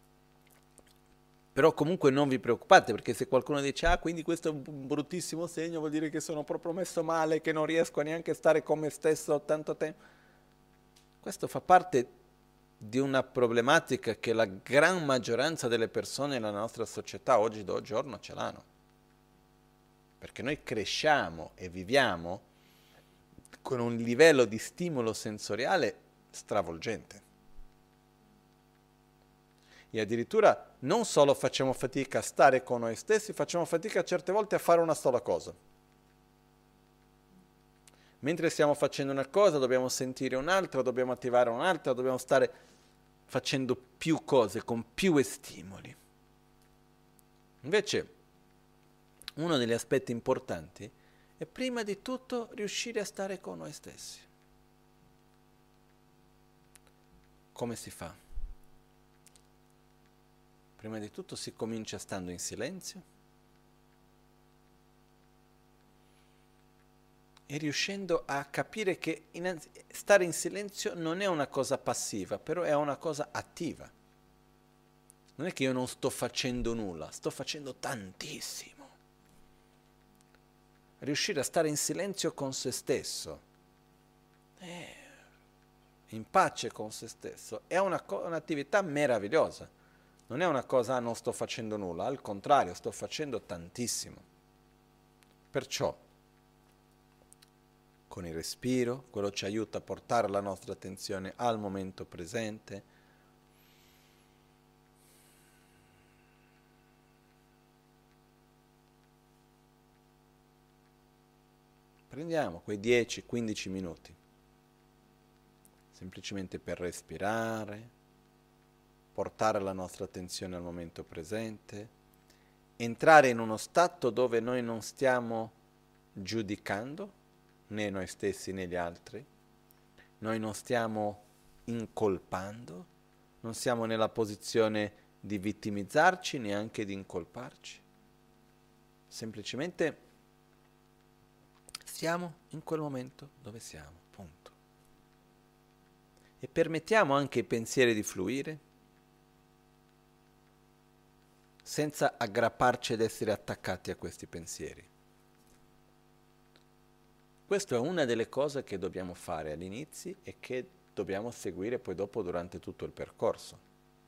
però comunque non vi preoccupate, perché se qualcuno dice quindi questo è un bruttissimo segno, vuol dire che sono proprio messo male, che non riesco neanche a stare con me stesso tanto tempo. Questo fa parte di una problematica che la gran maggioranza delle persone nella nostra società oggigiorno ce l'hanno. Perché noi cresciamo e viviamo con un livello di stimolo sensoriale stravolgente. E addirittura non solo facciamo fatica a stare con noi stessi, facciamo fatica certe volte a fare una sola cosa. Mentre stiamo facendo una cosa dobbiamo sentire un'altra, dobbiamo attivare un'altra, dobbiamo stare facendo più cose con più stimoli. Invece, uno degli aspetti importanti è prima di tutto riuscire a stare con noi stessi. Come si fa? Prima di tutto si comincia stando in silenzio e riuscendo a capire che stare in silenzio non è una cosa passiva, però è una cosa attiva. Non è che io non sto facendo nulla, sto facendo tantissimo. Riuscire a stare in silenzio con se stesso, in pace con se stesso, è un'attività meravigliosa. Non è una cosa, non sto facendo nulla, al contrario, sto facendo tantissimo. Perciò, con il respiro, quello ci aiuta a portare la nostra attenzione al momento presente. Prendiamo quei 10-15 minuti, semplicemente per respirare, portare la nostra attenzione al momento presente, entrare in uno stato dove noi non stiamo giudicando né noi stessi né gli altri, noi non stiamo incolpando, non siamo nella posizione di vittimizzarci neanche di incolparci, semplicemente siamo in quel momento dove siamo, punto. E permettiamo anche ai pensieri di fluire, senza aggrapparci ed essere attaccati a questi pensieri. Questa è una delle cose che dobbiamo fare all'inizio e che dobbiamo seguire poi dopo durante tutto il percorso.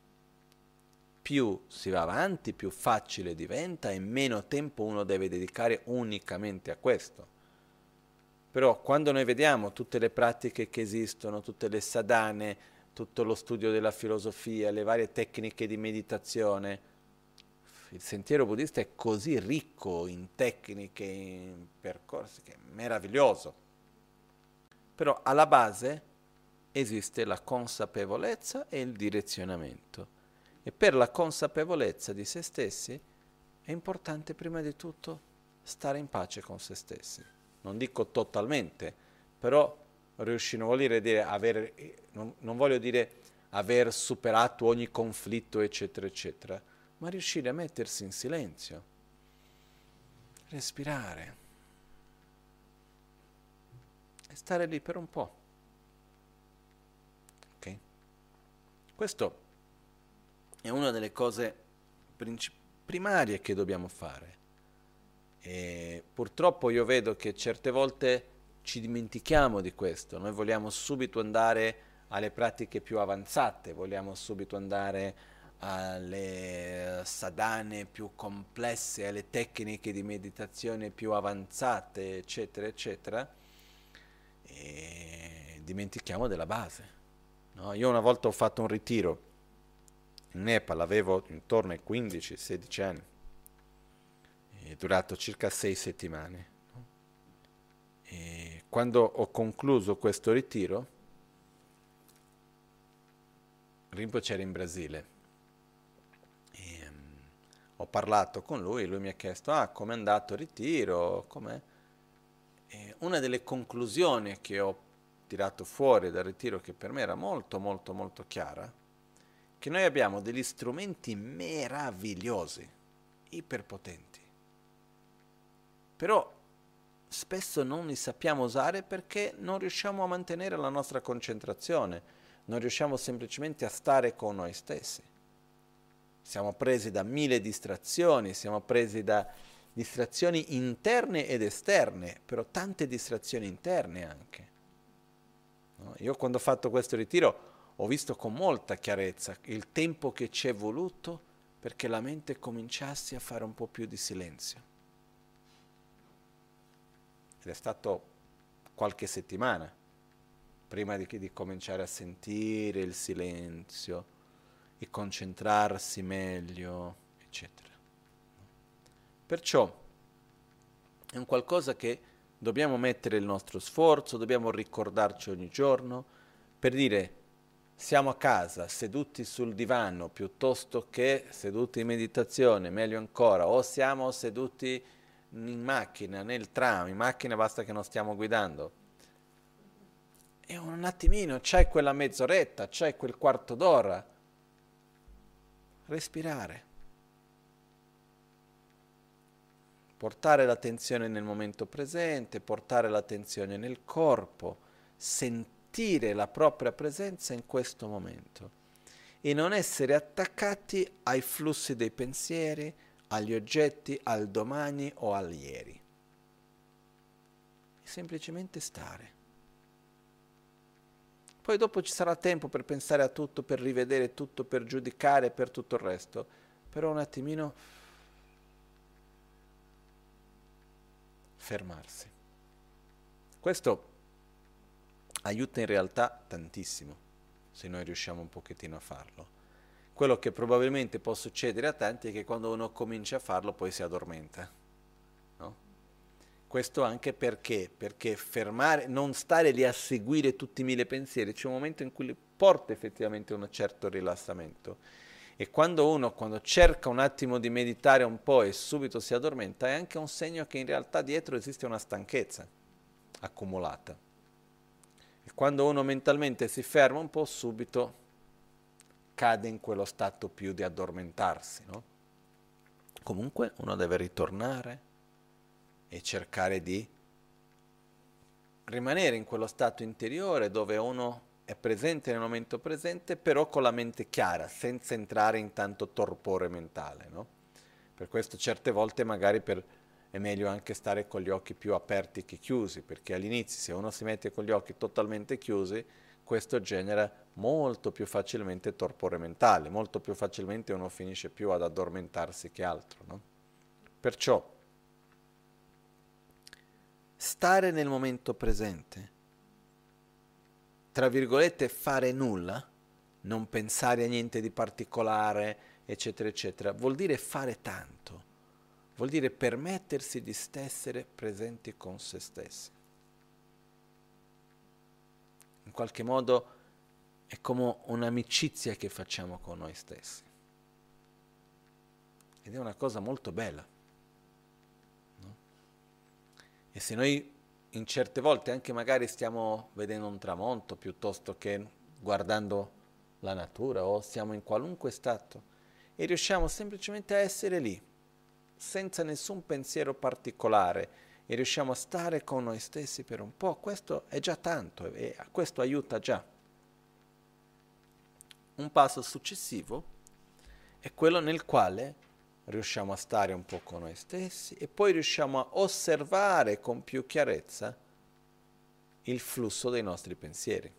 Più si va avanti, più facile diventa e meno tempo uno deve dedicare unicamente a questo. Però quando noi vediamo tutte le pratiche che esistono, tutte le sadhane, tutto lo studio della filosofia, le varie tecniche di meditazione, il sentiero buddista è così ricco in tecniche, in percorsi, che è meraviglioso. Però alla base esiste la consapevolezza e il direzionamento. E per la consapevolezza di se stessi è importante prima di tutto stare in pace con se stessi. Non dico totalmente, però riuscire, non voglio dire non voglio dire aver superato ogni conflitto, eccetera, eccetera, ma riuscire a mettersi in silenzio, respirare e stare lì per un po'. Ok? Questo è una delle cose primarie che dobbiamo fare. E purtroppo io vedo che certe volte ci dimentichiamo di questo. Noi vogliamo subito andare alle pratiche più avanzate, vogliamo subito andare alle sadhane più complesse, alle tecniche di meditazione più avanzate, eccetera, eccetera, e dimentichiamo della base. No? Io una volta ho fatto un ritiro in Nepal, avevo intorno ai 15-16 anni, è durato circa 6 settimane. No? E quando ho concluso questo ritiro, Rinpoche era in Brasile. ho parlato con lui mi ha chiesto, com'è andato il ritiro, com'è? E una delle conclusioni che ho tirato fuori dal ritiro, che per me era molto molto molto chiara, che noi abbiamo degli strumenti meravigliosi, iperpotenti, però spesso non li sappiamo usare perché non riusciamo a mantenere la nostra concentrazione, non riusciamo semplicemente a stare con noi stessi. Siamo presi da 1000 distrazioni, siamo presi da distrazioni interne ed esterne, però tante distrazioni interne anche. No? Io quando ho fatto questo ritiro ho visto con molta chiarezza il tempo che ci è voluto perché la mente cominciasse a fare un po' più di silenzio. Ed è stato qualche settimana prima di cominciare a sentire il silenzio e concentrarsi meglio, eccetera. Perciò è un qualcosa che dobbiamo mettere il nostro sforzo, dobbiamo ricordarci ogni giorno per dire siamo a casa seduti sul divano piuttosto che seduti in meditazione, meglio ancora, o siamo seduti in macchina, nel tram, in macchina basta che non stiamo guidando. E un attimino, c'hai quella mezz'oretta, c'hai quel quarto d'ora. Respirare. Portare l'attenzione nel momento presente, portare l'attenzione nel corpo, sentire la propria presenza in questo momento e non essere attaccati ai flussi dei pensieri, agli oggetti, al domani o al ieri. Semplicemente stare. Poi dopo ci sarà tempo per pensare a tutto, per rivedere tutto, per giudicare, per tutto il resto. Però un attimino fermarsi. Questo aiuta in realtà tantissimo, se noi riusciamo un pochettino a farlo. Quello che probabilmente può succedere a tanti è che quando uno comincia a farlo poi si addormenta. No? Questo anche perché fermare, non stare lì a seguire tutti i 1000 pensieri, c'è un momento in cui porta effettivamente un certo rilassamento. E quando cerca un attimo di meditare un po' e subito si addormenta, è anche un segno che in realtà dietro esiste una stanchezza accumulata. E quando uno mentalmente si ferma un po', subito cade in quello stato più di addormentarsi, no? Comunque uno deve ritornare e cercare di rimanere in quello stato interiore dove uno è presente nel momento presente, però con la mente chiara, senza entrare in tanto torpore mentale, no? Per questo certe volte magari è meglio anche stare con gli occhi più aperti che chiusi, perché all'inizio se uno si mette con gli occhi totalmente chiusi, questo genera molto più facilmente torpore mentale, molto più facilmente uno finisce più ad addormentarsi che altro, no? Perciò stare nel momento presente, tra virgolette fare nulla, non pensare a niente di particolare, eccetera, eccetera, vuol dire fare tanto, vuol dire permettersi di essere presenti con se stessi. In qualche modo è come un'amicizia che facciamo con noi stessi. Ed è una cosa molto bella. No? E se noi in certe volte anche magari stiamo vedendo un tramonto piuttosto che guardando la natura o siamo in qualunque stato e riusciamo semplicemente a essere lì, senza nessun pensiero particolare e riusciamo a stare con noi stessi per un po', questo è già tanto e questo aiuta già. Un passo successivo è quello nel quale riusciamo a stare un po' con noi stessi e poi riusciamo a osservare con più chiarezza il flusso dei nostri pensieri.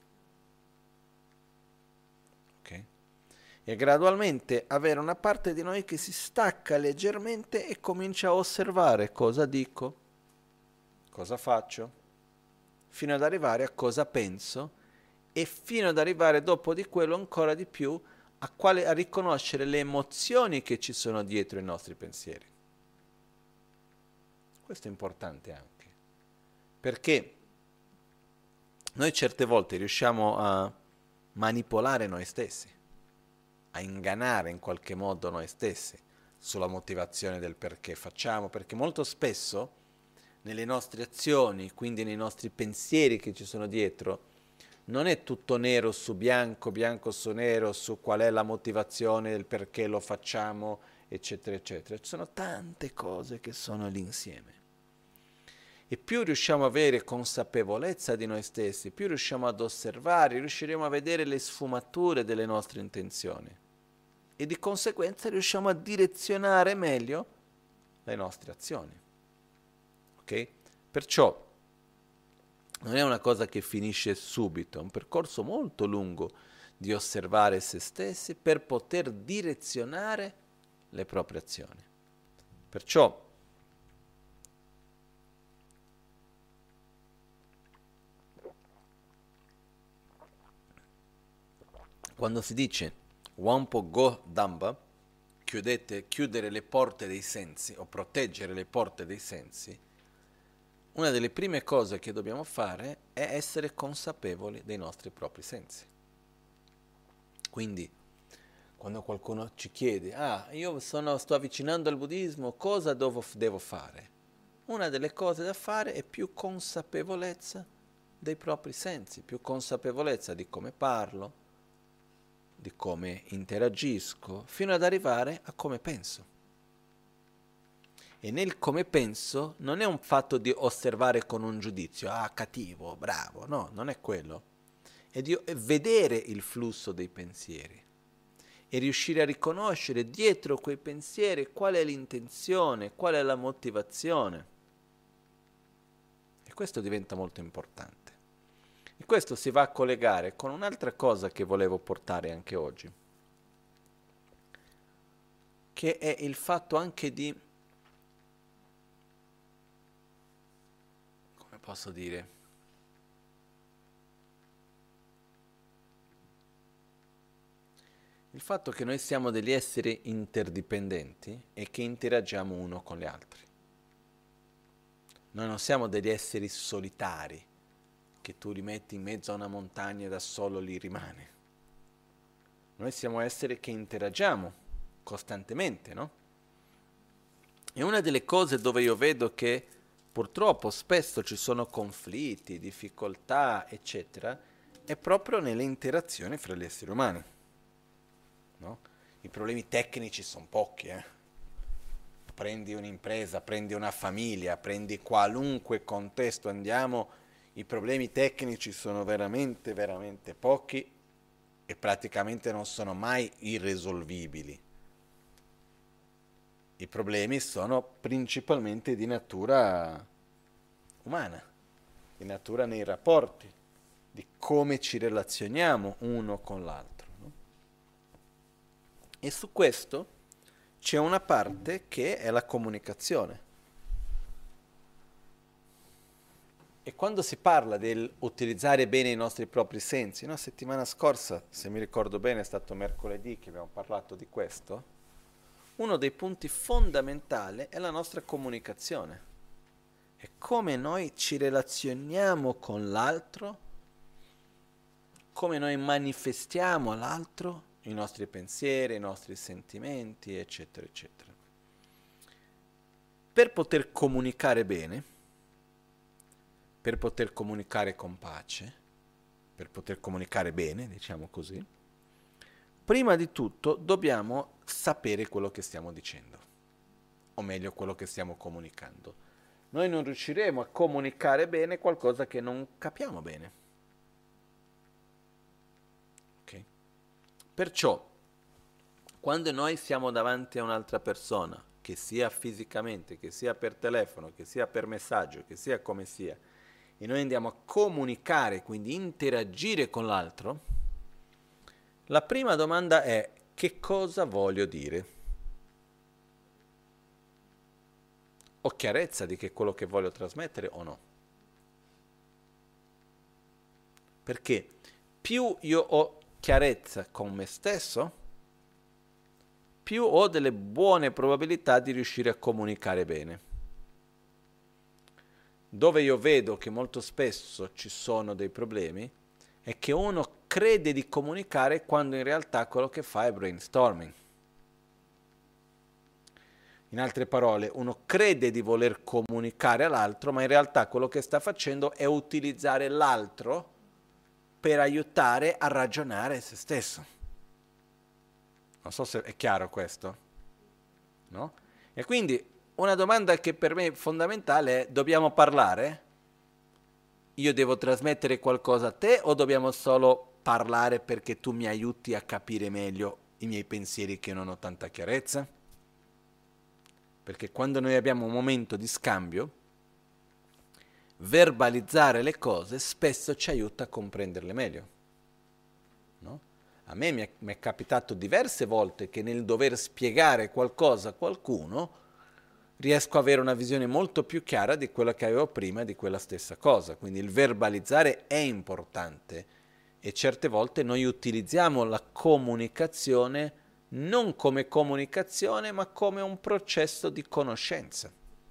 Ok? E gradualmente avere una parte di noi che si stacca leggermente e comincia a osservare cosa dico, cosa faccio, fino ad arrivare a cosa penso e fino ad arrivare dopo di quello ancora di più a riconoscere le emozioni che ci sono dietro i nostri pensieri. Questo è importante anche, perché noi certe volte riusciamo a manipolare noi stessi, a ingannare in qualche modo noi stessi, sulla motivazione del perché facciamo, perché molto spesso nelle nostre azioni, quindi nei nostri pensieri che ci sono dietro, non è tutto nero su bianco, bianco su nero, su qual è la motivazione del perché lo facciamo, eccetera, eccetera. Ci sono tante cose che sono lì insieme. E più riusciamo a avere consapevolezza di noi stessi, più riusciamo ad osservare, riusciremo a vedere le sfumature delle nostre intenzioni. E di conseguenza riusciamo a direzionare meglio le nostre azioni. Ok? Perciò non è una cosa che finisce subito, è un percorso molto lungo di osservare se stessi per poter direzionare le proprie azioni. Perciò quando si dice Wampo Go Damba, chiudere le porte dei sensi o proteggere le porte dei sensi, una delle prime cose che dobbiamo fare è essere consapevoli dei nostri propri sensi. Quindi, quando qualcuno ci chiede, io sto avvicinando al buddismo, cosa devo fare? Una delle cose da fare è più consapevolezza dei propri sensi, più consapevolezza di come parlo, di come interagisco, fino ad arrivare a come penso. E nel come penso non è un fatto di osservare con un giudizio, cattivo, bravo, no, non è quello. È di vedere il flusso dei pensieri e riuscire a riconoscere dietro quei pensieri qual è l'intenzione, qual è la motivazione. E questo diventa molto importante. E questo si va a collegare con un'altra cosa che volevo portare anche oggi, che è il fatto anche di, come posso dire, il fatto che noi siamo degli esseri interdipendenti e che interagiamo uno con gli altri. Noi non siamo degli esseri solitari, che tu li metti in mezzo a una montagna e da solo lì rimane. Noi siamo esseri che interagiamo costantemente, no? E una delle cose dove io vedo che purtroppo spesso ci sono conflitti, difficoltà, eccetera, è proprio nelle interazioni fra gli esseri umani. No? I problemi tecnici sono pochi, Prendi un'impresa, prendi una famiglia, prendi qualunque contesto andiamo, i problemi tecnici sono veramente, veramente pochi e praticamente non sono mai irrisolvibili. I problemi sono principalmente di natura umana, di natura nei rapporti, di come ci relazioniamo uno con l'altro. No? E su questo c'è una parte che è la comunicazione. E quando si parla dell'utilizzare bene i nostri propri sensi, la settimana scorsa, se mi ricordo bene, è stato mercoledì che abbiamo parlato di questo, uno dei punti fondamentali è la nostra comunicazione. È come noi ci relazioniamo con l'altro, come noi manifestiamo all'altro i nostri pensieri, i nostri sentimenti, eccetera, eccetera. Per poter comunicare bene, per poter comunicare con pace, per poter comunicare bene, diciamo così, prima di tutto dobbiamo sapere quello che stiamo dicendo, o meglio quello che stiamo comunicando. Noi non riusciremo a comunicare bene qualcosa che non capiamo bene. Okay? Perciò, quando noi siamo davanti a un'altra persona, che sia fisicamente, che sia per telefono, che sia per messaggio, che sia come sia, e noi andiamo a comunicare, quindi interagire con l'altro, la prima domanda è: che cosa voglio dire? Ho chiarezza di che è quello che voglio trasmettere o no? Perché più io ho chiarezza con me stesso, più ho delle buone probabilità di riuscire a comunicare bene. Dove io vedo che molto spesso ci sono dei problemi è che uno crede di comunicare quando in realtà quello che fa è brainstorming. In altre parole, uno crede di voler comunicare all'altro, ma in realtà quello che sta facendo è utilizzare l'altro per aiutare a ragionare se stesso. Non so se è chiaro questo, no? E quindi una domanda che per me è fondamentale è: dobbiamo parlare? Io devo trasmettere qualcosa a te o dobbiamo solo parlare perché tu mi aiuti a capire meglio i miei pensieri che non ho tanta chiarezza? Perché quando noi abbiamo un momento di scambio, verbalizzare le cose spesso ci aiuta a comprenderle meglio. No? A me mi è capitato diverse volte che nel dover spiegare qualcosa a qualcuno riesco ad avere una visione molto più chiara di quella che avevo prima di quella stessa cosa. Quindi il verbalizzare è importante e certe volte noi utilizziamo la comunicazione non come comunicazione, ma come un processo di conoscenza.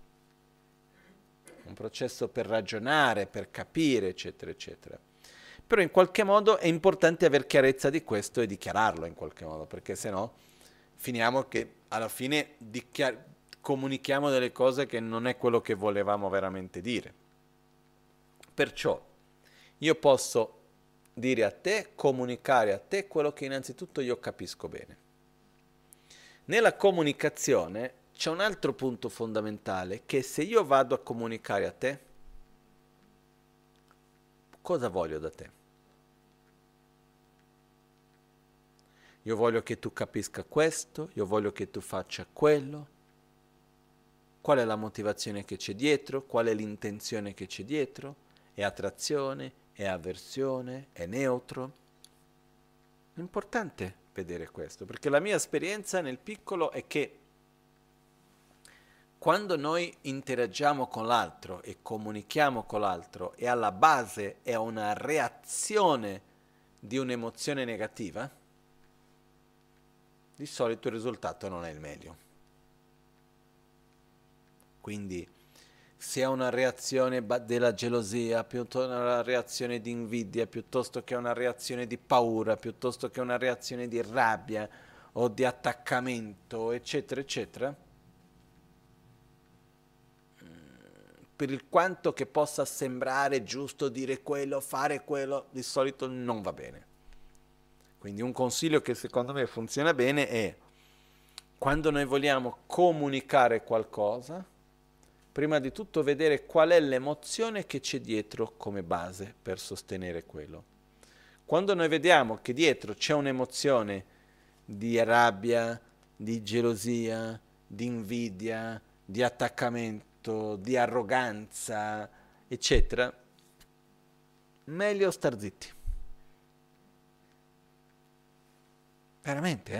Un processo per ragionare, per capire, eccetera, eccetera. Però in qualche modo è importante aver chiarezza di questo e dichiararlo in qualche modo, perché sennò finiamo che alla fine comunichiamo delle cose che non è quello che volevamo veramente dire. Perciò io posso dire a te, comunicare a te quello che innanzitutto io capisco bene. Nella comunicazione c'è un altro punto fondamentale, che se io vado a comunicare a te, cosa voglio da te? Io voglio che tu capisca questo, io voglio che tu faccia quello. Qual è la motivazione che c'è dietro? Qual è l'intenzione che c'è dietro? È attrazione? È avversione? È neutro? È importante vedere questo, perché la mia esperienza nel piccolo è che quando noi interagiamo con l'altro e comunichiamo con l'altro e alla base è una reazione di un'emozione negativa, di solito il risultato non è il meglio. Quindi se è una reazione della gelosia, piuttosto una reazione di invidia, piuttosto che una reazione di paura, piuttosto che una reazione di rabbia o di attaccamento, eccetera, eccetera, per il quanto che possa sembrare giusto dire quello, fare quello, di solito non va bene. Quindi un consiglio che secondo me funziona bene è: quando noi vogliamo comunicare qualcosa, prima di tutto vedere qual è l'emozione che c'è dietro come base per sostenere quello. Quando noi vediamo che dietro c'è un'emozione di rabbia, di gelosia, di invidia, di attaccamento, di arroganza, eccetera, meglio star zitti. Veramente,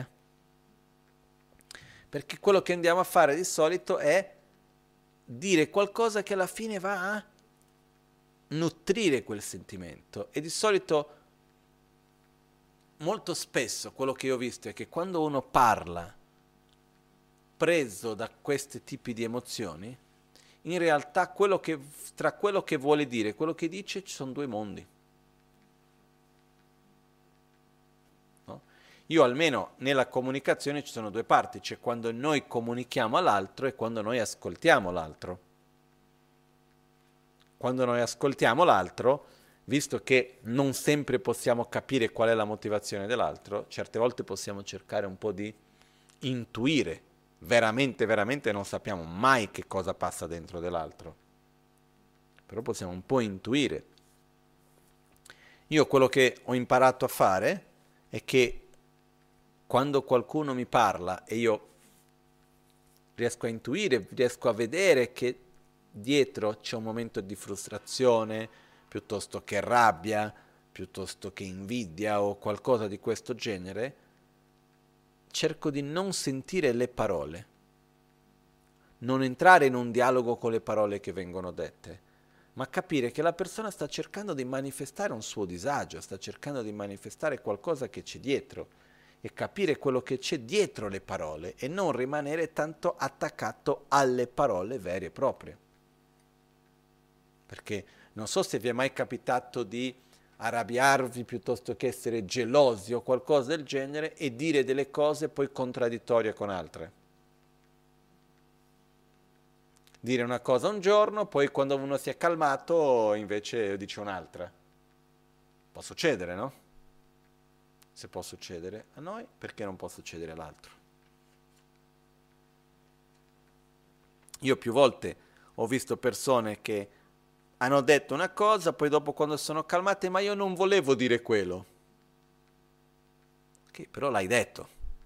Perché quello che andiamo a fare di solito è dire qualcosa che alla fine va a nutrire quel sentimento. E di solito, molto spesso, quello che io ho visto è che quando uno parla preso da questi tipi di emozioni, in realtà tra quello che vuole dire e quello che dice ci sono due mondi. Io almeno nella comunicazione ci sono due parti, c'è quando noi comunichiamo all'altro e quando noi ascoltiamo l'altro. Quando noi ascoltiamo l'altro, visto che non sempre possiamo capire qual è la motivazione dell'altro, certe volte possiamo cercare un po' di intuire, veramente non sappiamo mai che cosa passa dentro dell'altro, però possiamo un po' intuire. Io quello che ho imparato a fare è che quando qualcuno mi parla e io riesco a intuire, riesco a vedere che dietro c'è un momento di frustrazione, piuttosto che rabbia, piuttosto che invidia o qualcosa di questo genere, cerco di non sentire le parole, non entrare in un dialogo con le parole che vengono dette, ma capire che la persona sta cercando di manifestare un suo disagio, sta cercando di manifestare qualcosa che c'è dietro, e capire quello che c'è dietro le parole e non rimanere tanto attaccato alle parole vere e proprie. Perché non so se vi è mai capitato di arrabbiarvi piuttosto che essere gelosi o qualcosa del genere e dire delle cose poi contraddittorie con altre. dire una cosa un giorno, poi quando uno si è calmato invece dice un'altra. Può succedere, no? Se può succedere a noi, perché non può succedere all'altro? Io più volte ho visto persone che hanno detto una cosa, poi dopo quando sono calmate, ma io non volevo dire quello. Ok, però l'hai detto.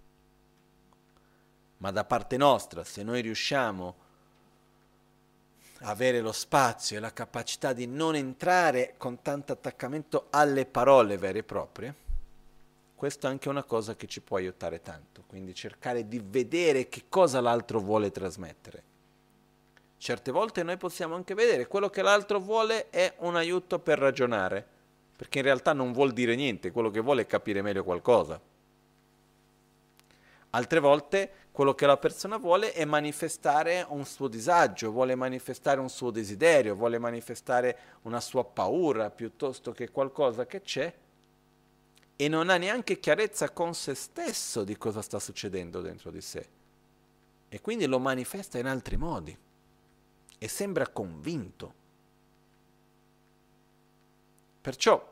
Ma da parte nostra, se noi riusciamo a avere lo spazio e la capacità di non entrare con tanto attaccamento alle parole vere e proprie, questa è anche una cosa che ci può aiutare tanto. Quindi cercare di vedere che cosa l'altro vuole trasmettere. Certe volte noi possiamo anche vedere quello che l'altro vuole è un aiuto per ragionare, perché in realtà non vuol dire niente, quello che vuole è capire meglio qualcosa. Altre volte quello che la persona vuole è manifestare un suo disagio, vuole manifestare un suo desiderio, vuole manifestare una sua paura piuttosto che qualcosa che c'è e non ha neanche chiarezza con se stesso di cosa sta succedendo dentro di sé. E quindi lo manifesta in altri modi e sembra convinto. Perciò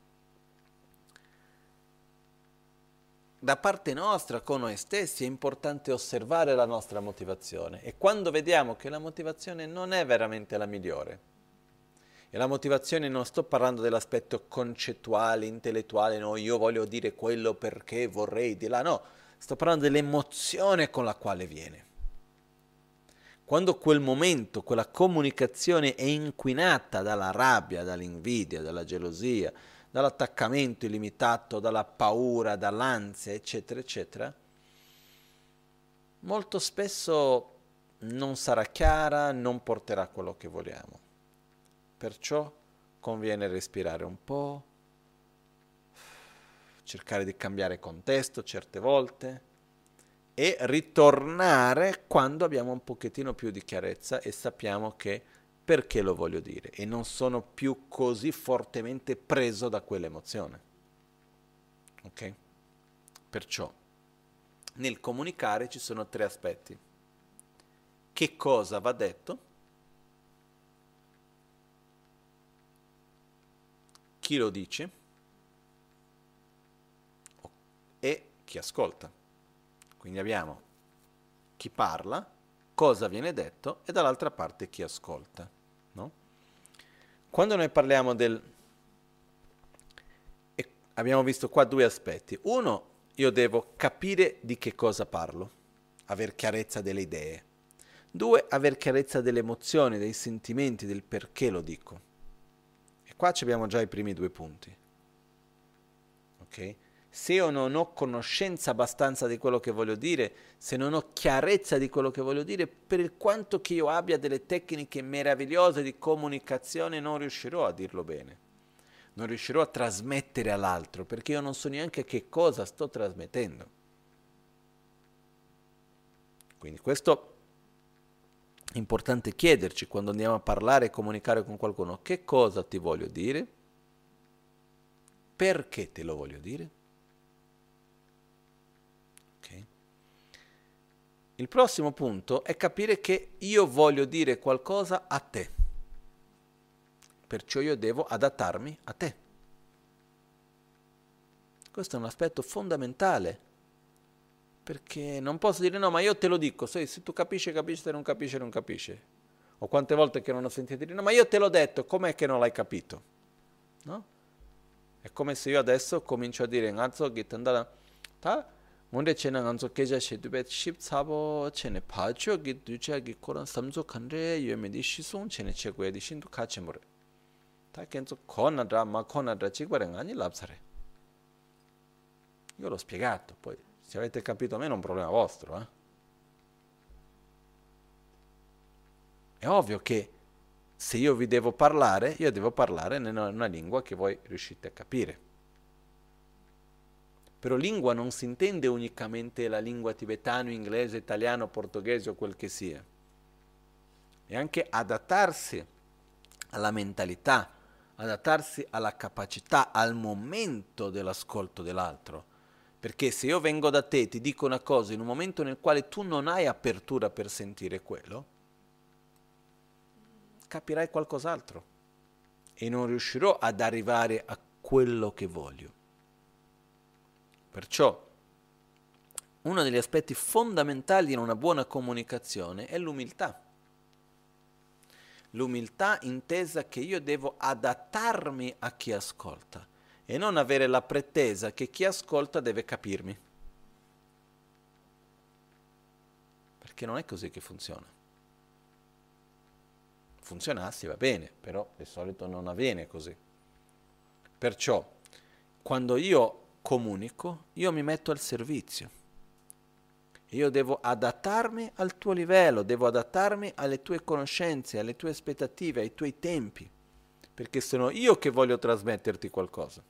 da parte nostra, con noi stessi, è importante osservare la nostra motivazione e quando vediamo che la motivazione non è veramente la migliore, e la motivazione non sto parlando dell'aspetto concettuale, intellettuale, no, io voglio dire quello perché vorrei di là, no, sto parlando dell'emozione con la quale viene. Quando quel momento, quella comunicazione è inquinata dalla rabbia, dall'invidia, dalla gelosia, dall'attaccamento illimitato, dalla paura, dall'ansia, eccetera, eccetera, molto spesso non sarà chiara, non porterà quello che vogliamo. Perciò conviene respirare un po', cercare di cambiare contesto certe volte e ritornare quando abbiamo un pochettino più di chiarezza e sappiamo che perché lo voglio dire e non sono più così fortemente preso da quell'emozione. Ok? Perciò nel comunicare ci sono 3 aspetti. Che cosa va detto? Chi lo dice? E chi ascolta. Quindi abbiamo chi parla, cosa viene detto e dall'altra parte chi ascolta. No? Quando noi parliamo del... abbiamo visto qua 2 aspetti. Uno, io devo capire di che cosa parlo, aver chiarezza delle idee. 2, aver chiarezza delle emozioni, dei sentimenti, del perché lo dico. E qua abbiamo già i primi 2 punti. Ok? Se io non ho conoscenza abbastanza di quello che voglio dire, se non ho chiarezza di quello che voglio dire, per quanto che io abbia delle tecniche meravigliose di comunicazione, non riuscirò a dirlo bene. Non riuscirò a trasmettere all'altro, perché io non so neanche che cosa sto trasmettendo. Quindi questo è importante chiederci quando andiamo a parlare e comunicare con qualcuno, che cosa ti voglio dire? Perché te lo voglio dire? Il prossimo punto è capire che io voglio dire qualcosa a te, perciò io devo adattarmi a te. Questo è un aspetto fondamentale, perché non posso dire no, ma io te lo dico, se tu capisci, capisci, se non capisci, non capisci. O quante volte che non ho sentito dire no, ma io te l'ho detto, com'è che non l'hai capito? No? È come se io adesso comincio a dire, ngazzo, gitandala, ta? 뭔데 쟤는 안서 계좌 셰두베 14번 쟤네 바지오기 두자기 코란 삼족한데 유에메디 시송 쟤네 최고에디 신도 같이 모래 다 켄zo 코나드라 마 코나드라 찍바랭 아니 랍사래. Io l'ho spiegato, poi se avete capito me non è un problema vostro, eh? È ovvio che se io vi devo parlare, io devo parlare in una lingua che voi riuscite a capire. Però lingua non si intende unicamente la lingua tibetano, inglese, italiano, portoghese o quel che sia. E anche adattarsi alla mentalità, adattarsi alla capacità, al momento dell'ascolto dell'altro. Perché se io vengo da te e ti dico una cosa in un momento nel quale tu non hai apertura per sentire quello, capirai qualcos'altro e non riuscirò ad arrivare a quello che voglio. Perciò uno degli aspetti fondamentali in una buona comunicazione è l'umiltà. L'umiltà intesa che io devo adattarmi a chi ascolta e non avere la pretesa che chi ascolta deve capirmi. Perché non è così che funziona. Funzionassi va bene, però di solito non avviene così. Perciò, quando io comunico, io mi metto al servizio. Io devo adattarmi al tuo livello, devo adattarmi alle tue conoscenze, alle tue aspettative, ai tuoi tempi, perché sono io che voglio trasmetterti qualcosa.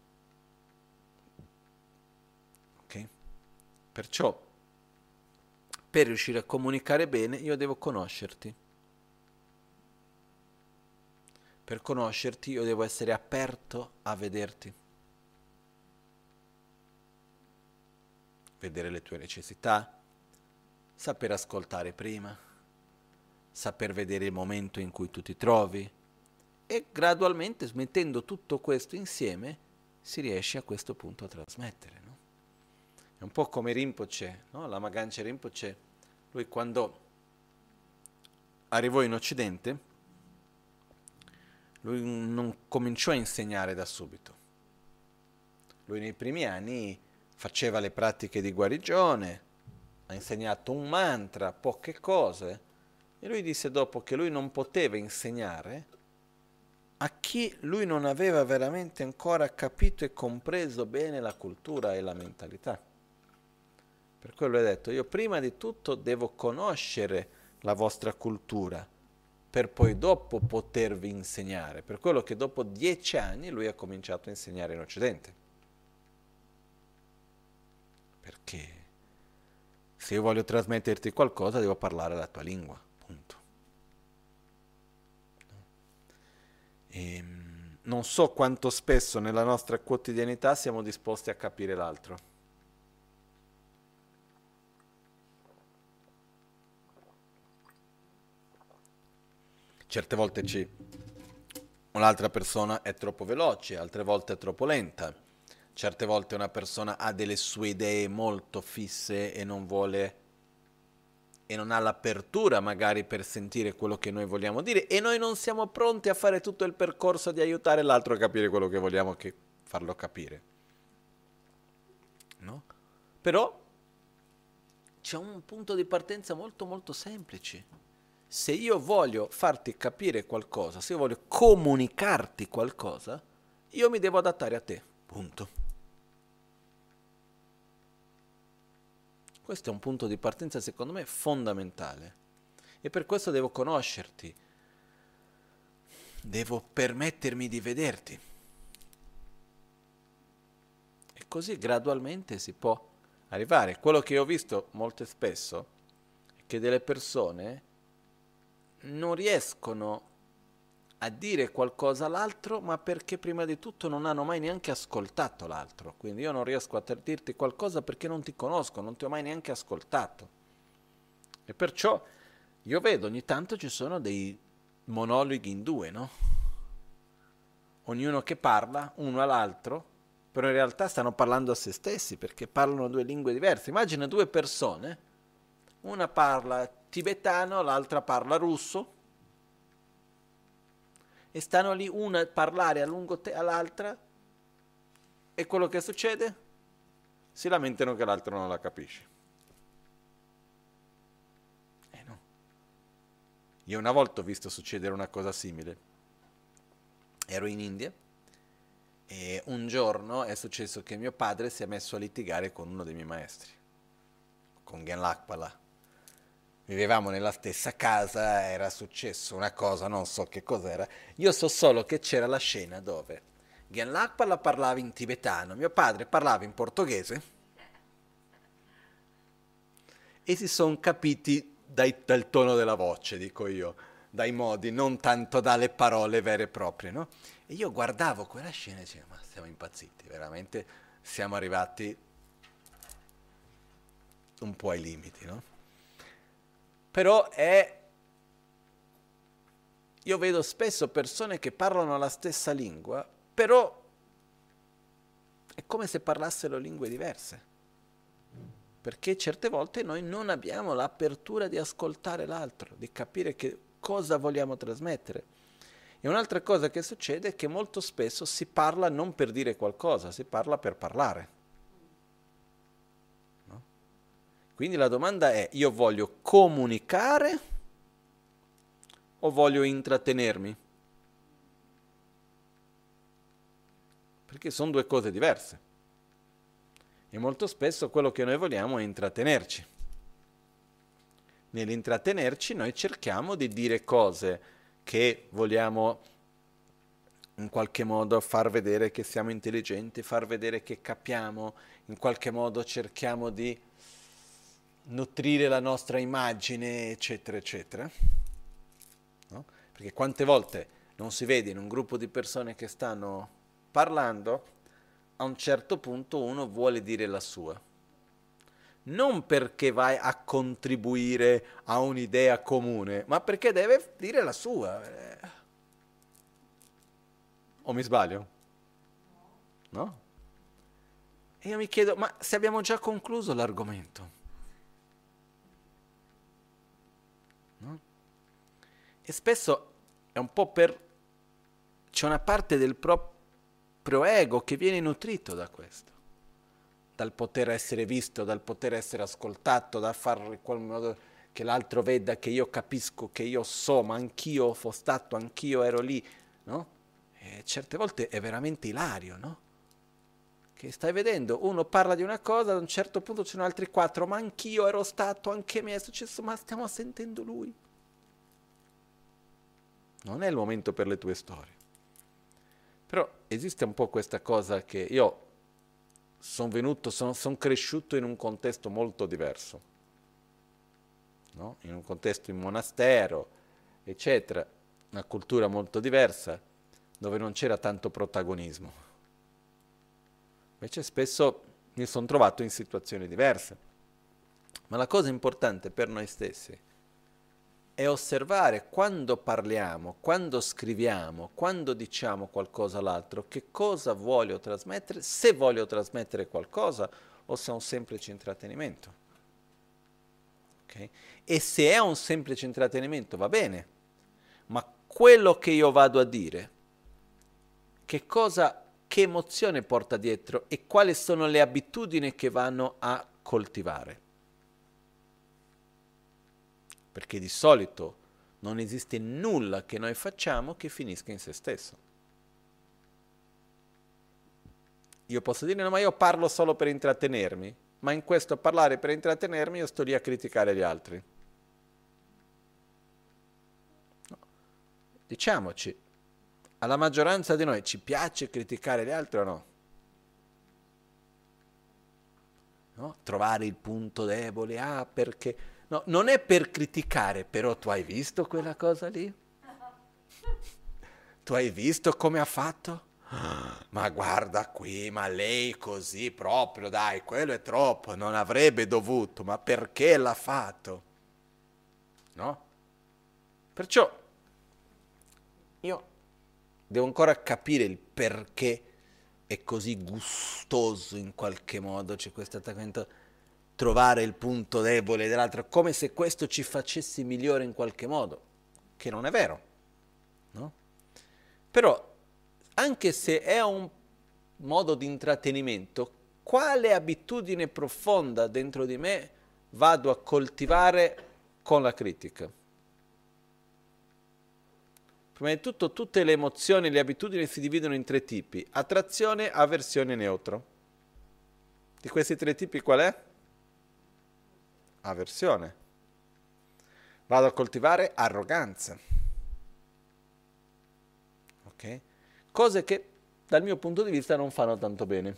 Ok? Perciò, per riuscire a comunicare bene, io devo conoscerti. Per conoscerti, io devo essere aperto a vederti. Vedere le tue necessità, saper ascoltare prima, saper vedere il momento in cui tu ti trovi e gradualmente, mettendo tutto questo insieme, si riesce a questo punto a trasmettere. No? È un po' come Rinpoche, no? La Magancia Rinpoche, lui quando arrivò in Occidente, lui non cominciò a insegnare da subito. Lui nei primi anni faceva le pratiche di guarigione, ha insegnato un mantra, poche cose, e lui disse dopo che lui non poteva insegnare a chi lui non aveva veramente ancora capito e compreso bene la cultura e la mentalità. Per quello ha detto, io prima di tutto devo conoscere la vostra cultura, per poi dopo potervi insegnare. Per quello che dopo 10 anni lui ha cominciato a insegnare in Occidente. Perché se io voglio trasmetterti qualcosa devo parlare la tua lingua, punto. E non so quanto spesso nella nostra quotidianità siamo disposti a capire l'altro. Certe volte un'altra persona è troppo veloce, altre volte è troppo lenta. Certe volte una persona ha delle sue idee molto fisse e non vuole e non ha l'apertura magari per sentire quello che noi vogliamo dire e noi non siamo pronti a fare tutto il percorso di aiutare l'altro a capire quello che vogliamo farlo capire. No? Però c'è un punto di partenza molto molto semplice. Se io voglio farti capire qualcosa, se io voglio comunicarti qualcosa, io mi devo adattare a te, punto. Questo è un punto di partenza secondo me fondamentale e per questo devo conoscerti, devo permettermi di vederti e così gradualmente si può arrivare. Quello che ho visto molto spesso è che delle persone non riescono a dire qualcosa all'altro, ma perché prima di tutto non hanno mai neanche ascoltato l'altro. Quindi io non riesco a dirti qualcosa perché non ti conosco, non ti ho mai neanche ascoltato. E perciò io vedo ogni tanto ci sono dei monologhi in due, no? Ognuno che parla, uno all'altro, però in realtà stanno parlando a se stessi perché parlano due lingue diverse. Immagina due persone, una parla tibetano, l'altra parla russo, e stanno lì una a parlare a lungo all'altra e quello che succede? Si lamentano che l'altro non la capisce. No. Io una volta ho visto succedere una cosa simile. Ero in India e un giorno è successo che mio padre si è messo a litigare con uno dei miei maestri, con Gen Lakpala. Vivevamo nella stessa casa, era successo una cosa, non so che cos'era. Io so solo che c'era la scena dove Gen Lakpala parlava in tibetano, mio padre parlava in portoghese e si sono capiti dal tono della voce, dico io, dai modi, non tanto dalle parole vere e proprie, no? E io guardavo quella scena e dicevo, ma siamo impazziti, veramente siamo arrivati un po' ai limiti, no? Però è io vedo spesso persone che parlano la stessa lingua, però è come se parlassero lingue diverse, perché certe volte noi non abbiamo l'apertura di ascoltare l'altro, di capire che cosa vogliamo trasmettere. E un'altra cosa che succede è che molto spesso si parla non per dire qualcosa, si parla per parlare. No? Quindi la domanda è: io voglio comunicare o voglio intrattenermi? Perché sono due cose diverse. E molto spesso quello che noi vogliamo è intrattenerci. Nell'intrattenerci noi cerchiamo di dire cose che vogliamo in qualche modo far vedere che siamo intelligenti, far vedere che capiamo, in qualche modo cerchiamo di nutrire la nostra immagine, eccetera, eccetera. No? Perché quante volte non si vede in un gruppo di persone che stanno parlando, a un certo punto uno vuole dire la sua. Non perché vai a contribuire a un'idea comune, ma perché deve dire la sua. O mi sbaglio? No? E io mi chiedo, ma se abbiamo già concluso l'argomento? No? E spesso è un po' c'è una parte del proprio ego che viene nutrito da questo. Dal poter essere visto, dal poter essere ascoltato, da fare in quel modo che l'altro veda che io capisco, che io so, ma anch'io fo stato, anch'io ero lì, no? E certe volte è veramente ilario, no? Che stai vedendo, uno parla di una cosa, ad un certo punto ci sono altri quattro, ma anch'io ero stato, anche me è successo, ma stiamo sentendo lui. Non è il momento per le tue storie. Però esiste un po' questa cosa che io sono cresciuto in un contesto molto diverso, no? In un contesto in monastero, eccetera, una cultura molto diversa, dove non c'era tanto protagonismo. Invece spesso mi sono trovato in situazioni diverse. Ma la cosa importante per noi stessi è osservare quando parliamo, quando scriviamo, quando diciamo qualcosa all'altro, che cosa voglio trasmettere, se voglio trasmettere qualcosa o se è un semplice intrattenimento. Okay? E se è un semplice intrattenimento va bene, ma quello che io vado a dire, che emozione porta dietro e quali sono le abitudini che vanno a coltivare. Perché di solito non esiste nulla che noi facciamo che finisca in se stesso. Io posso dire, no, ma io parlo solo per intrattenermi, ma in questo parlare per intrattenermi io sto lì a criticare gli altri. No. Diciamoci, alla maggioranza di noi ci piace criticare gli altri o no? No? Trovare il punto debole, perché... No, non è per criticare, però tu hai visto quella cosa lì? Tu hai visto come ha fatto? Ma guarda qui, ma lei così proprio, dai, quello è troppo, non avrebbe dovuto, ma perché l'ha fatto? No? Perciò io devo ancora capire il perché è così gustoso in qualche modo, c'è questo attaccamento, trovare il punto debole dell'altro, come se questo ci facesse migliore in qualche modo, che non è vero, no? Però, anche se è un modo di intrattenimento, quale abitudine profonda dentro di me vado a coltivare con la critica? Prima di tutto, tutte le emozioni e le abitudini si dividono in tre tipi: attrazione, avversione e neutro. Di questi tre tipi qual è? Avversione. Vado a coltivare arroganza. Ok? Cose che dal mio punto di vista non fanno tanto bene.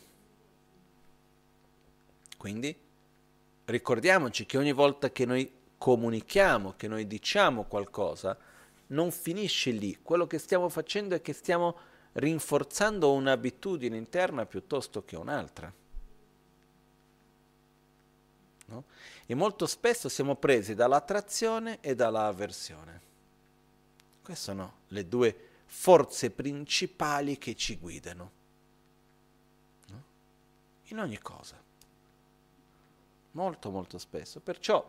Quindi ricordiamoci che ogni volta che noi comunichiamo, che noi diciamo qualcosa, non finisce lì. Quello che stiamo facendo è che stiamo rinforzando un'abitudine interna piuttosto che un'altra. No? E molto spesso siamo presi dall'attrazione e dalla avversione. Queste sono le due forze principali che ci guidano, no? In ogni cosa. Molto molto spesso. Perciò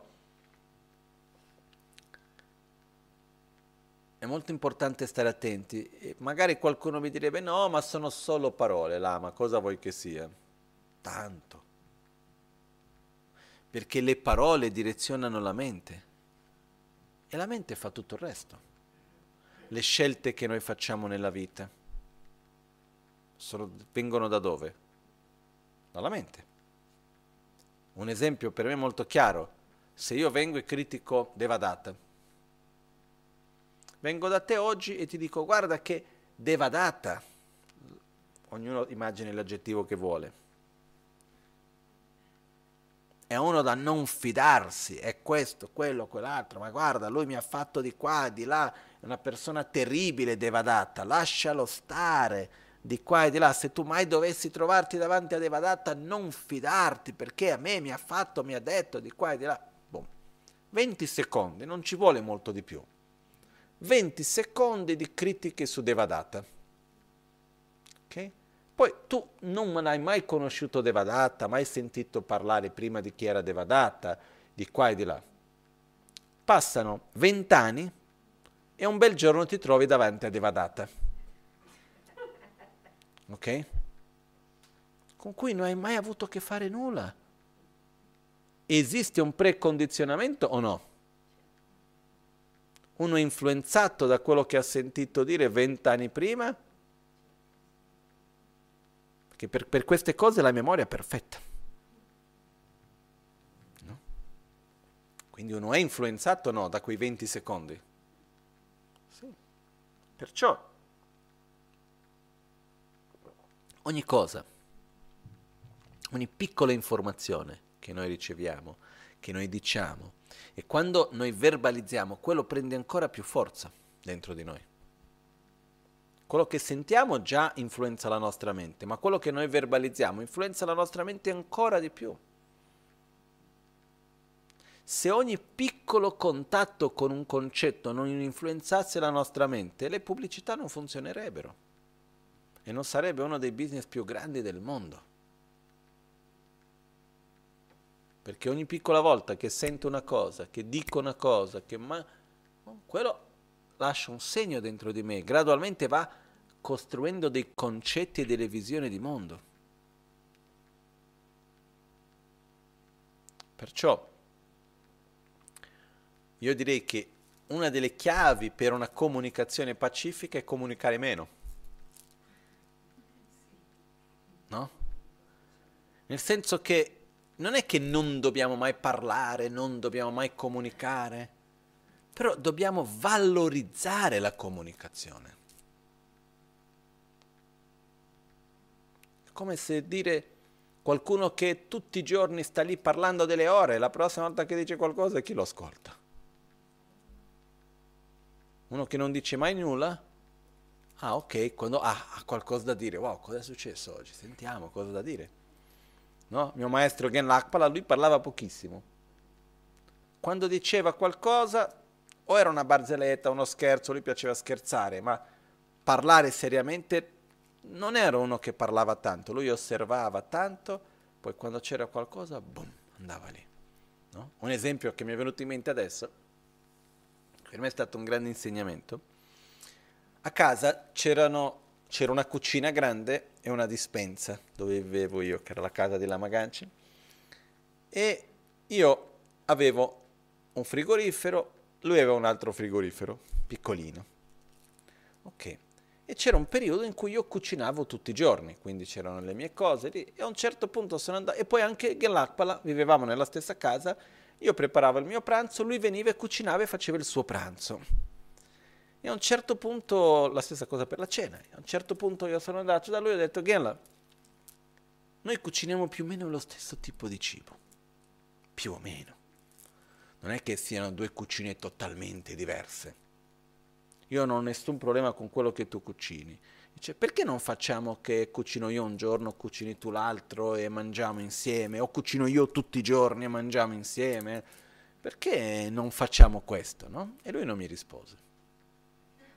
è molto importante stare attenti. E magari qualcuno mi direbbe no, ma sono solo parole, Lama, cosa vuoi che sia? Tanto. Perché le parole direzionano la mente e la mente fa tutto il resto. Le scelte che noi facciamo nella vita vengono da dove? Dalla mente. Un esempio per me molto chiaro: se io vengo e critico Devadatta, vengo da te oggi e ti dico guarda che Devadatta, ognuno immagini l'aggettivo che vuole, è uno da non fidarsi, è questo, quello, quell'altro, ma guarda, lui mi ha fatto di qua, di là, è una persona terribile Devadatta, lascialo stare, di qua e di là. Se tu mai dovessi trovarti davanti a Devadatta, non fidarti, perché a me mi ha fatto, mi ha detto di qua e di là. Boom. 20 secondi, non ci vuole molto di più. 20 secondi di critiche su Devadatta. Ok? Poi tu non hai mai conosciuto Devadatta, mai sentito parlare prima di chi era Devadatta, di qua e di là. Passano 20 anni e un bel giorno ti trovi davanti a Devadatta. Ok? Con cui non hai mai avuto a che fare nulla. Esiste un precondizionamento o no? Uno è influenzato da quello che ha sentito dire 20 anni prima? Che per queste cose la memoria è perfetta. No? Quindi uno è influenzato o no da quei 20 secondi? Sì. Perciò ogni cosa, ogni piccola informazione che noi riceviamo, che noi diciamo, e quando noi verbalizziamo, quello prende ancora più forza dentro di noi. Quello che sentiamo già influenza la nostra mente, ma quello che noi verbalizziamo influenza la nostra mente ancora di più. Se ogni piccolo contatto con un concetto non influenzasse la nostra mente, le pubblicità non funzionerebbero e non sarebbe uno dei business più grandi del mondo. Perché ogni piccola volta che sento una cosa, che dico una cosa, quello lascia un segno dentro di me, gradualmente va costruendo dei concetti e delle visioni di mondo. Perciò io direi che una delle chiavi per una comunicazione pacifica è comunicare meno. No? Nel senso che non è che non dobbiamo mai parlare, non dobbiamo mai comunicare, però dobbiamo valorizzare la comunicazione. È come se dire qualcuno che tutti i giorni sta lì parlando delle ore, la prossima volta che dice qualcosa chi lo ascolta? Uno che non dice mai nulla? Ah, ok, quando ha qualcosa da dire, wow, cosa è successo oggi? Sentiamo cosa da dire. No? Mio maestro Gen Lakpala, lui parlava pochissimo. Quando diceva qualcosa, o era una barzelletta, uno scherzo, lui piaceva scherzare, ma parlare seriamente non era uno che parlava tanto, lui osservava tanto, poi quando c'era qualcosa, boom, andava lì. No? Un esempio che mi è venuto in mente adesso, per me è stato un grande insegnamento. A casa c'era una cucina grande e una dispensa dove vivevo io, che era la casa di Lama Ganchen, e io avevo un frigorifero, lui aveva un altro frigorifero, piccolino. Ok. E c'era un periodo in cui io cucinavo tutti i giorni, quindi c'erano le mie cose lì, e a un certo punto sono andato, e poi anche Gelakpala, vivevamo nella stessa casa, io preparavo il mio pranzo, lui veniva e cucinava e faceva il suo pranzo. E a un certo punto, la stessa cosa per la cena, a un certo punto io sono andato da lui e ho detto, Gela, noi cuciniamo più o meno lo stesso tipo di cibo, più o meno. Non è che siano due cucine totalmente diverse. Io non ho nessun problema con quello che tu cucini. Dice, perché non facciamo che cucino io un giorno, cucini tu l'altro e mangiamo insieme, o cucino io tutti i giorni e mangiamo insieme? Perché non facciamo questo, no? E lui non mi rispose.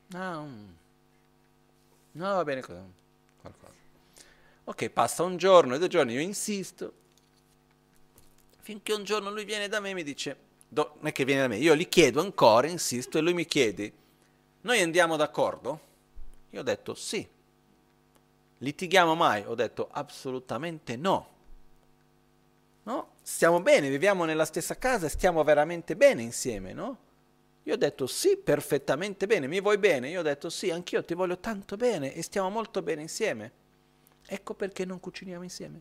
No, no, va bene così. Qualcosa. Ok, passa un giorno, 2 giorni, io insisto, finché un giorno lui viene da me e mi dice, non è che viene da me, io gli chiedo ancora, insisto, e lui mi chiede, noi andiamo d'accordo? Io ho detto sì. Litighiamo mai? Ho detto assolutamente no. No? Stiamo bene, viviamo nella stessa casa, stiamo veramente bene insieme, no? Io ho detto sì, perfettamente bene, mi vuoi bene? Io ho detto sì, anch'io ti voglio tanto bene e stiamo molto bene insieme. Ecco perché non cuciniamo insieme.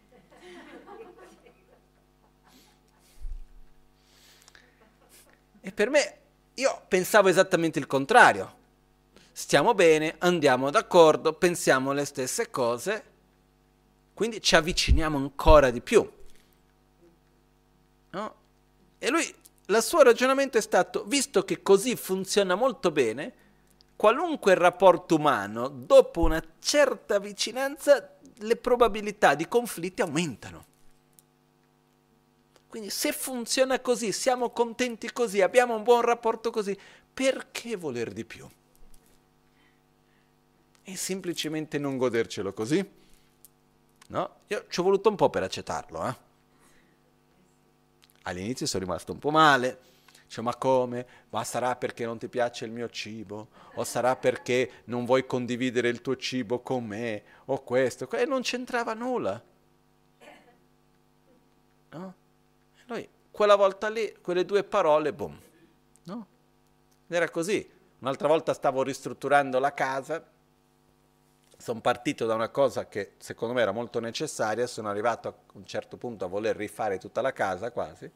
E per me, io pensavo esattamente il contrario. Stiamo bene, andiamo d'accordo, pensiamo le stesse cose, quindi ci avviciniamo ancora di più. No? E lui, il suo ragionamento è stato, visto che così funziona molto bene, qualunque rapporto umano, dopo una certa vicinanza, le probabilità di conflitti aumentano. Quindi se funziona così, siamo contenti così, abbiamo un buon rapporto così, perché voler di più? E semplicemente non godercelo così? No? Io ci ho voluto un po' per accettarlo, eh? All'inizio sono rimasto un po' male, dicevo ma come? Ma sarà perché non ti piace il mio cibo? O sarà perché non vuoi condividere il tuo cibo con me? O questo? E non c'entrava nulla. No? E noi, quella volta lì, quelle 2 parole, boom. No? Ed era così. Un'altra volta stavo ristrutturando la casa, sono partito da una cosa che secondo me era molto necessaria, sono arrivato a un certo punto a voler rifare tutta la casa quasi,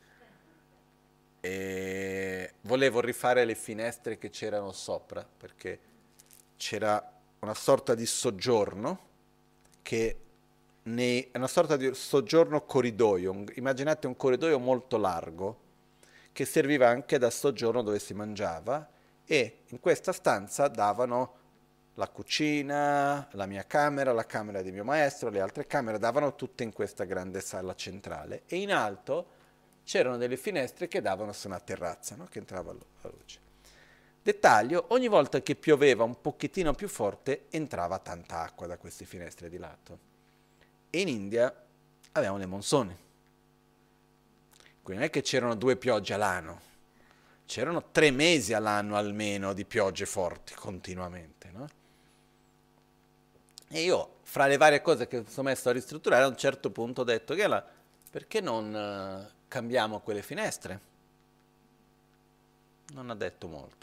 e volevo rifare le finestre che c'erano sopra, perché c'era una sorta di soggiorno che è una sorta di soggiorno corridoio, immaginate un corridoio molto largo che serviva anche da soggiorno dove si mangiava, e in questa stanza davano la cucina, la mia camera, la camera di mio maestro, le altre camere, davano tutte in questa grande sala centrale, e in alto c'erano delle finestre che davano su una terrazza, no? Che entrava la luce. Dettaglio, ogni volta che pioveva un pochettino più forte entrava tanta acqua da queste finestre di lato. E in India avevamo le monsoni. Quindi non è che c'erano 2 piogge all'anno, c'erano 3 mesi all'anno almeno di piogge forti continuamente, no? E io, fra le varie cose che sono messo a ristrutturare, a un certo punto ho detto, perché non cambiamo quelle finestre? Non ha detto molto.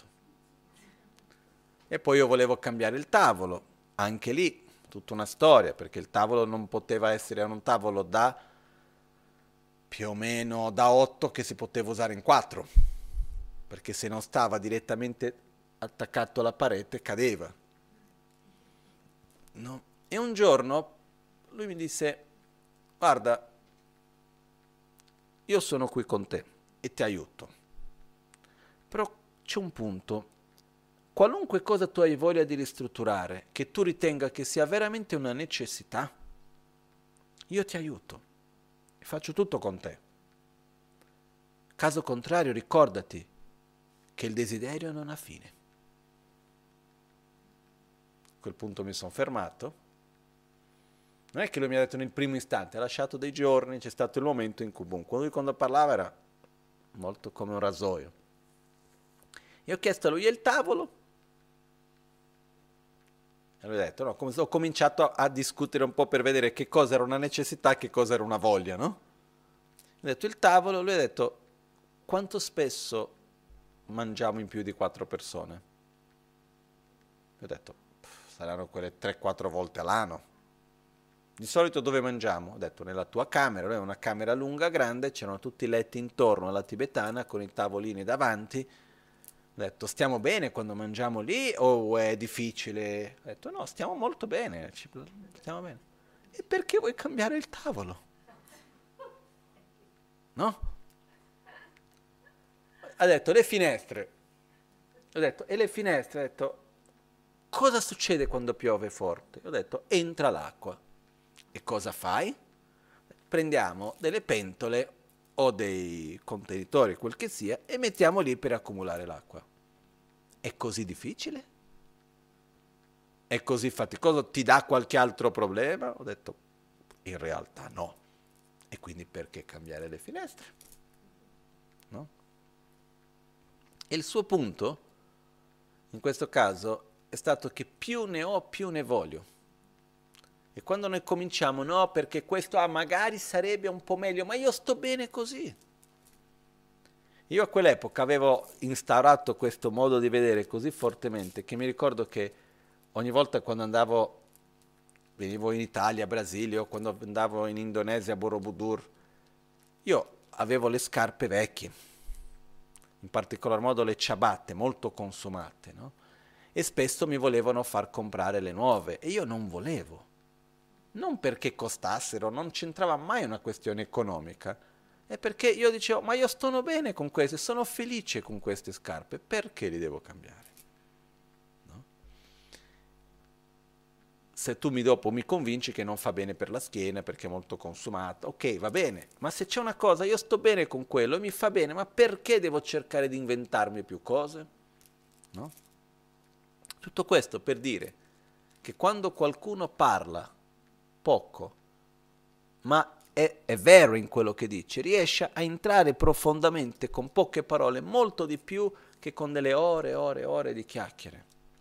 E poi io volevo cambiare il tavolo, anche lì tutta una storia, perché il tavolo non poteva essere, era un tavolo da più o meno da 8 che si poteva usare in 4, perché se non stava direttamente attaccato alla parete cadeva. No? E un giorno lui mi disse, guarda, io sono qui con te e ti aiuto, però c'è un punto, qualunque cosa tu hai voglia di ristrutturare, che tu ritenga che sia veramente una necessità, io ti aiuto e faccio tutto con te. Caso contrario, ricordati che il desiderio non ha fine. A quel punto mi sono fermato. Non è che lui mi ha detto nel primo istante, ha lasciato dei giorni, c'è stato il momento in cui, boom, quando parlava era molto come un rasoio. Io ho chiesto a lui il tavolo, e lui ha detto, no, ho cominciato a discutere un po' per vedere che cosa era una necessità e che cosa era una voglia, no? Ho detto il tavolo, lui ha detto, quanto spesso mangiamo in più di 4 persone? Io ho detto, saranno quelle 3-4 volte all'anno. Di solito dove mangiamo? Ho detto nella tua camera, noi è una camera lunga, grande, c'erano tutti i letti intorno alla tibetana con i tavolini davanti. Ho detto stiamo bene quando mangiamo lì o è difficile? Ho detto no, stiamo molto bene, stiamo bene. E perché vuoi cambiare il tavolo? No? Ha detto le finestre. Ho detto e le finestre? Ho detto cosa succede quando piove forte? Ho detto entra l'acqua. E cosa fai? Prendiamo delle pentole o dei contenitori, quel che sia, e mettiamo lì per accumulare l'acqua. È così difficile? è così faticoso, ti dà qualche altro problema? Ho detto, in realtà no. E quindi perché cambiare le finestre? No? E il suo punto, in questo caso, è stato che più ne ho, più ne voglio. E quando noi cominciamo, no, perché questo magari sarebbe un po' meglio, ma io sto bene così. Io a quell'epoca avevo instaurato questo modo di vedere così fortemente che mi ricordo che ogni volta quando venivo in Italia, Brasile, o quando andavo in Indonesia, Borobudur, io avevo le scarpe vecchie, in particolar modo le ciabatte, molto consumate, no? E spesso mi volevano far comprare le nuove e io non volevo. Non perché costassero, non c'entrava mai una questione economica, è perché io dicevo, ma io sto bene con queste, sono felice con queste scarpe, perché li devo cambiare? No? Se tu dopo mi convinci che non fa bene per la schiena perché è molto consumata, ok, va bene, ma se c'è una cosa, io sto bene con quello e mi fa bene, ma perché devo cercare di inventarmi più cose? No? Tutto questo per dire che quando qualcuno parla poco, ma è vero in quello che dice, riesce a entrare profondamente con poche parole, molto di più che con delle ore e ore e ore di chiacchiere.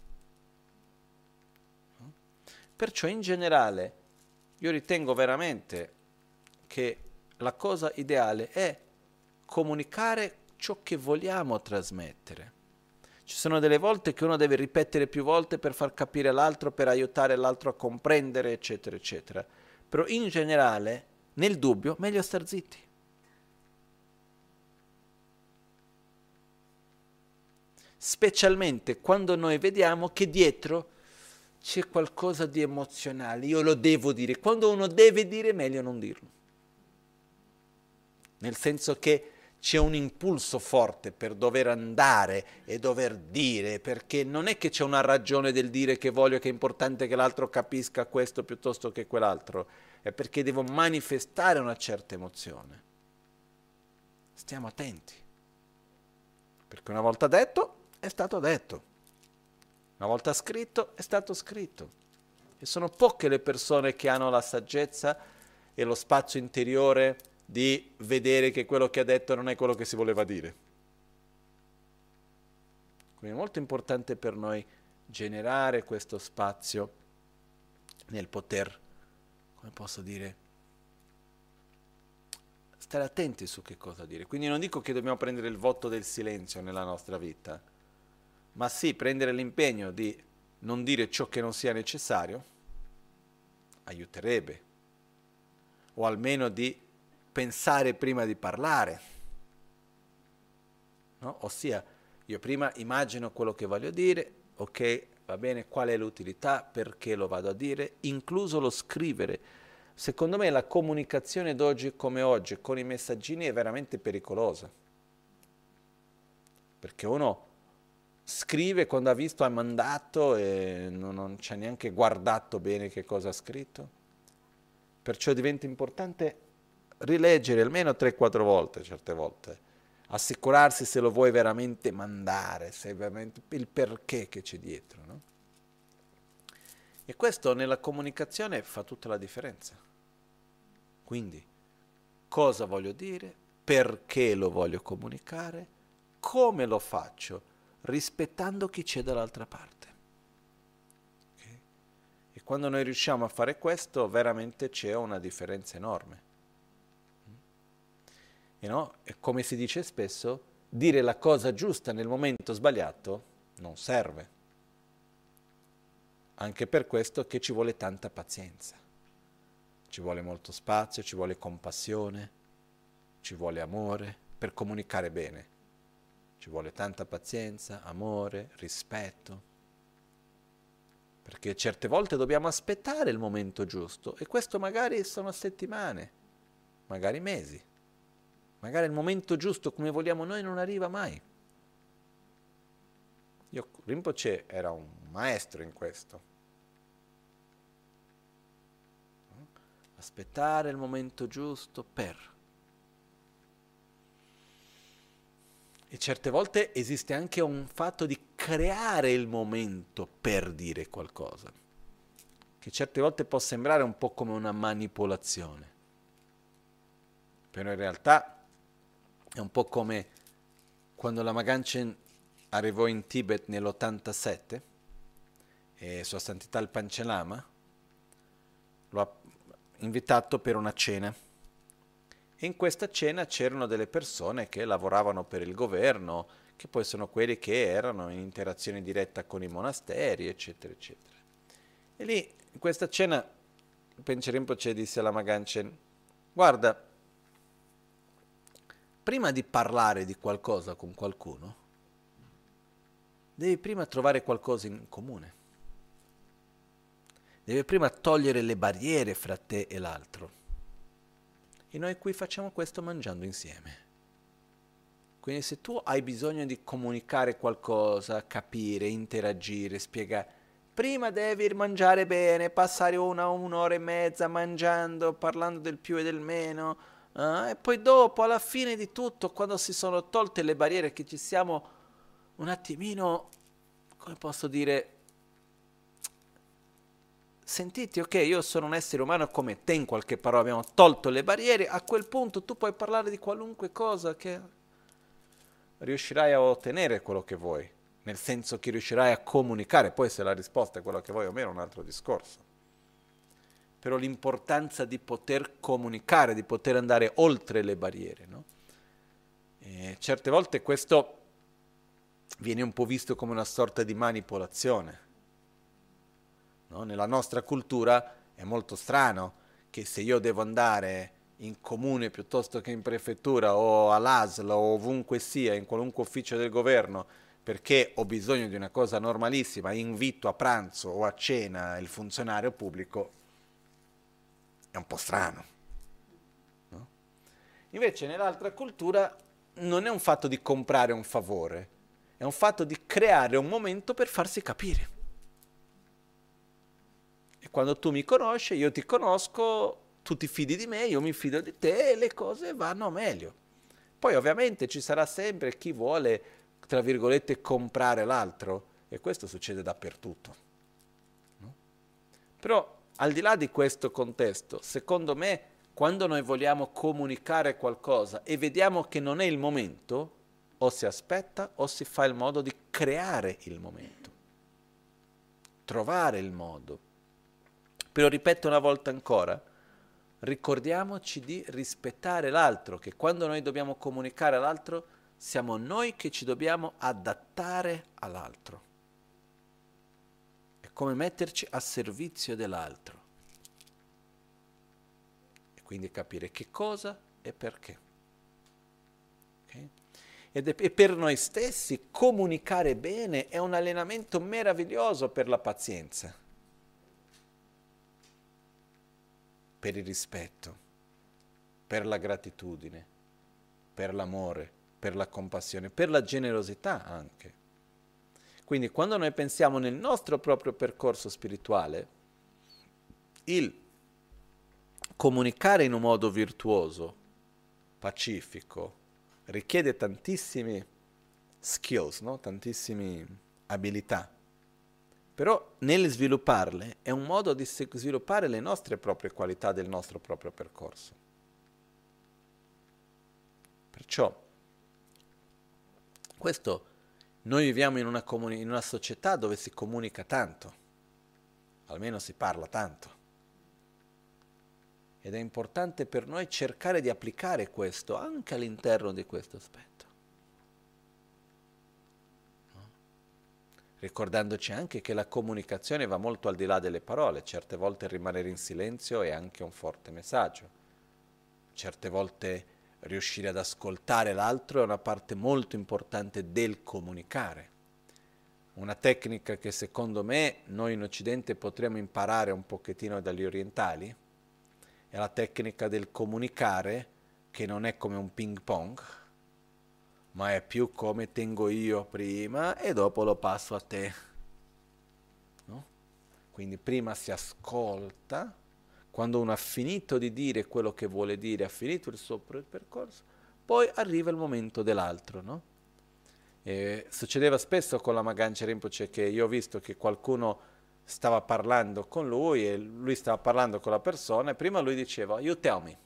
Perciò in generale io ritengo veramente che la cosa ideale è comunicare ciò che vogliamo trasmettere. Ci sono delle volte che uno deve ripetere più volte per far capire l'altro, per aiutare l'altro a comprendere, eccetera, eccetera. Però in generale, nel dubbio, meglio star zitti. Specialmente quando noi vediamo che dietro c'è qualcosa di emozionale, io lo devo dire. Quando uno deve dire, meglio non dirlo. Nel senso che c'è un impulso forte per dover andare e dover dire, perché non è che c'è una ragione del dire che voglio, che è importante che l'altro capisca questo piuttosto che quell'altro, è perché devo manifestare una certa emozione. Stiamo attenti, perché una volta detto è stato detto, una volta scritto è stato scritto, e sono poche le persone che hanno la saggezza e lo spazio interiore di vedere che quello che ha detto non è quello che si voleva dire. Quindi è molto importante per noi generare questo spazio nel poter, come posso dire, stare attenti su che cosa dire. Quindi non dico che dobbiamo prendere il voto del silenzio nella nostra vita, ma sì prendere l'impegno di non dire ciò che non sia necessario, aiuterebbe, o almeno di pensare prima di parlare, no? Ossia, io prima immagino quello che voglio dire, ok, va bene, qual è l'utilità, perché lo vado a dire, incluso lo scrivere. Secondo me la comunicazione d'oggi come oggi con i messaggini è veramente pericolosa, perché uno scrive quando ha visto, ha mandato e non ci ha neanche guardato bene che cosa ha scritto. Perciò diventa importante rileggere almeno 3-4 volte, certe volte, assicurarsi se lo vuoi veramente mandare, se veramente il perché che c'è dietro, no? E questo nella comunicazione fa tutta la differenza. Quindi, cosa voglio dire, perché lo voglio comunicare, come lo faccio, rispettando chi c'è dall'altra parte. Okay? E quando noi riusciamo a fare questo, veramente c'è una differenza enorme. E no? E come si dice spesso, dire la cosa giusta nel momento sbagliato non serve. Anche per questo che ci vuole tanta pazienza. Ci vuole molto spazio, ci vuole compassione, ci vuole amore per comunicare bene. Ci vuole tanta pazienza, amore, rispetto. Perché certe volte dobbiamo aspettare il momento giusto e questo magari sono settimane, magari mesi. Magari il momento giusto come vogliamo noi non arriva mai. Rinpoche era un maestro in questo. Aspettare il momento giusto per. E certe volte esiste anche un fatto di creare il momento per dire qualcosa, che certe volte può sembrare un po' come una manipolazione, però in realtà è un po' come quando Lama Ganchen arrivò in Tibet nell'87 e Sua Santità il Panche Lama lo ha invitato per una cena. E in questa cena c'erano delle persone che lavoravano per il governo, che poi sono quelli che erano in interazione diretta con i monasteri, eccetera, eccetera. E lì, in questa cena, Panchen Rinpoche disse a Lama Ganchen: guarda, prima di parlare di qualcosa con qualcuno, devi prima trovare qualcosa in comune. Devi prima togliere le barriere fra te e l'altro. E noi qui facciamo questo mangiando insieme. Quindi se tu hai bisogno di comunicare qualcosa, capire, interagire, spiegare, prima devi mangiare bene, passare un'ora e mezza mangiando, parlando del più e del meno, e poi dopo, alla fine di tutto, quando si sono tolte le barriere, che ci siamo un attimino, come posso dire, sentiti, ok, io sono un essere umano come te, in qualche parola abbiamo tolto le barriere, a quel punto tu puoi parlare di qualunque cosa che riuscirai a ottenere quello che vuoi, nel senso che riuscirai a comunicare, poi se la risposta è quella che vuoi o meno è un altro discorso. Però l'importanza di poter comunicare, di poter andare oltre le barriere, no? E certe volte questo viene un po' visto come una sorta di manipolazione. No? Nella nostra cultura è molto strano che se io devo andare in comune piuttosto che in prefettura o all'ASL o ovunque sia, in qualunque ufficio del governo, perché ho bisogno di una cosa normalissima, invito a pranzo o a cena il funzionario pubblico, è un po' strano. No? Invece nell'altra cultura non è un fatto di comprare un favore, è un fatto di creare un momento per farsi capire. E quando tu mi conosci, io ti conosco, tu ti fidi di me, io mi fido di te e le cose vanno meglio. Poi ovviamente ci sarà sempre chi vuole, tra virgolette, comprare l'altro, e questo succede dappertutto. No? Però al di là di questo contesto, secondo me, quando noi vogliamo comunicare qualcosa e vediamo che non è il momento, o si aspetta o si fa il modo di creare il momento, trovare il modo. Però ripeto una volta ancora, ricordiamoci di rispettare l'altro, che quando noi dobbiamo comunicare all'altro, siamo noi che ci dobbiamo adattare all'altro. È come metterci a servizio dell'altro. E quindi capire che cosa e perché. Okay? E per noi stessi comunicare bene è un allenamento meraviglioso per la pazienza, per il rispetto, per la gratitudine, per l'amore, per la compassione, per la generosità anche. Quindi quando noi pensiamo nel nostro proprio percorso spirituale, il comunicare in un modo virtuoso, pacifico, richiede tantissimi skills, no? Tantissime abilità. Però nel svilupparle è un modo di sviluppare le nostre proprie qualità del nostro proprio percorso. Perciò, questo, noi viviamo in una società dove si comunica tanto, almeno si parla tanto. Ed è importante per noi cercare di applicare questo anche all'interno di questo aspetto. No? Ricordandoci anche che la comunicazione va molto al di là delle parole, certe volte rimanere in silenzio è anche un forte messaggio, certe volte riuscire ad ascoltare l'altro è una parte molto importante del comunicare. Una tecnica che secondo me noi in Occidente potremmo imparare un pochettino dagli orientali è la tecnica del comunicare, che non è come un ping pong, ma è più come tengo io prima e dopo lo passo a te. No? Quindi prima si ascolta, quando uno ha finito di dire quello che vuole dire, ha finito il suo percorso, poi arriva il momento dell'altro, no? E succedeva spesso con la Magancia Rinpoche che io ho visto che qualcuno stava parlando con lui e lui stava parlando con la persona e prima lui diceva "You tell me".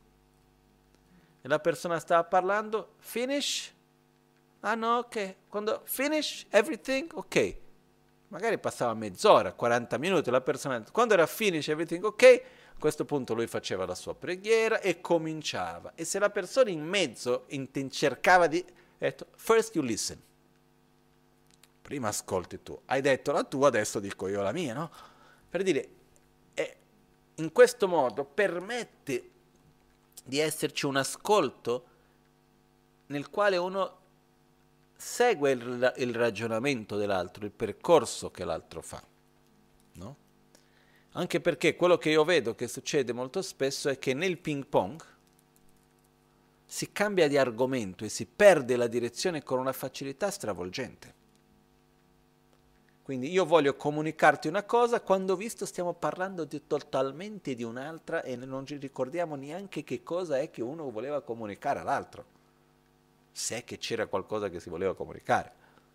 E la persona stava parlando, finish? Ah no, ok. Quando finish everything, ok. Magari passava mezz'ora, 40 minuti, la persona, quando era finish everything ok, a questo punto lui faceva la sua preghiera e cominciava. E se la persona in mezzo cercava di... detto, first you listen. Prima ascolti tu. Hai detto la tua, adesso dico io la mia, no? Per dire, in questo modo permette di esserci un ascolto nel quale uno segue il ragionamento dell'altro, il percorso che l'altro fa, no? Anche perché quello che io vedo che succede molto spesso è che nel ping pong si cambia di argomento e si perde la direzione con una facilità stravolgente. Quindi io voglio comunicarti una cosa, quando ho visto stiamo parlando totalmente di un'altra e non ci ricordiamo neanche che cosa è che uno voleva comunicare all'altro, se è che c'era qualcosa che si voleva comunicare.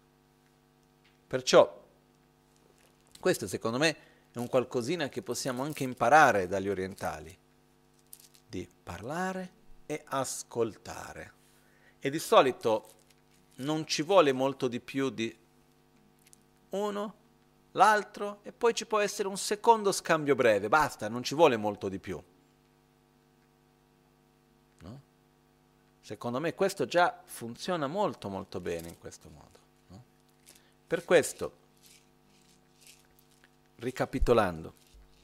Perciò questo secondo me è un qualcosina che possiamo anche imparare dagli orientali, di parlare e ascoltare. E di solito non ci vuole molto di più di uno, l'altro e poi ci può essere un secondo scambio breve, basta, non ci vuole molto di più. No? Secondo me questo già funziona molto molto bene in questo modo. No? Per questo, ricapitolando,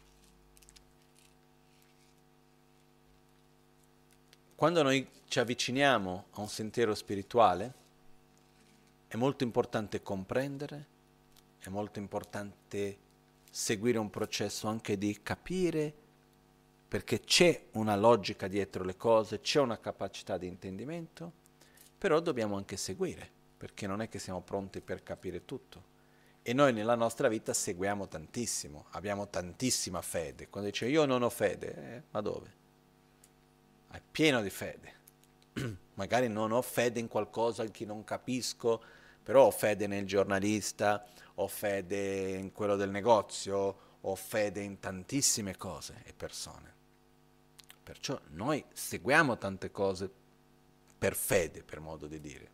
quando noi ci avviciniamo a un sentiero spirituale è molto importante comprendere, è molto importante seguire un processo anche di capire, perché c'è una logica dietro le cose, c'è una capacità di intendimento, però dobbiamo anche seguire, perché non è che siamo pronti per capire tutto. E noi nella nostra vita seguiamo tantissimo, abbiamo tantissima fede. Quando dice io non ho fede, ma dove? È pieno di fede. Magari non ho fede in qualcosa che non capisco, però ho fede nel giornalista, ho fede in quello del negozio, ho fede in tantissime cose e persone. Perciò noi seguiamo tante cose per fede, per modo di dire.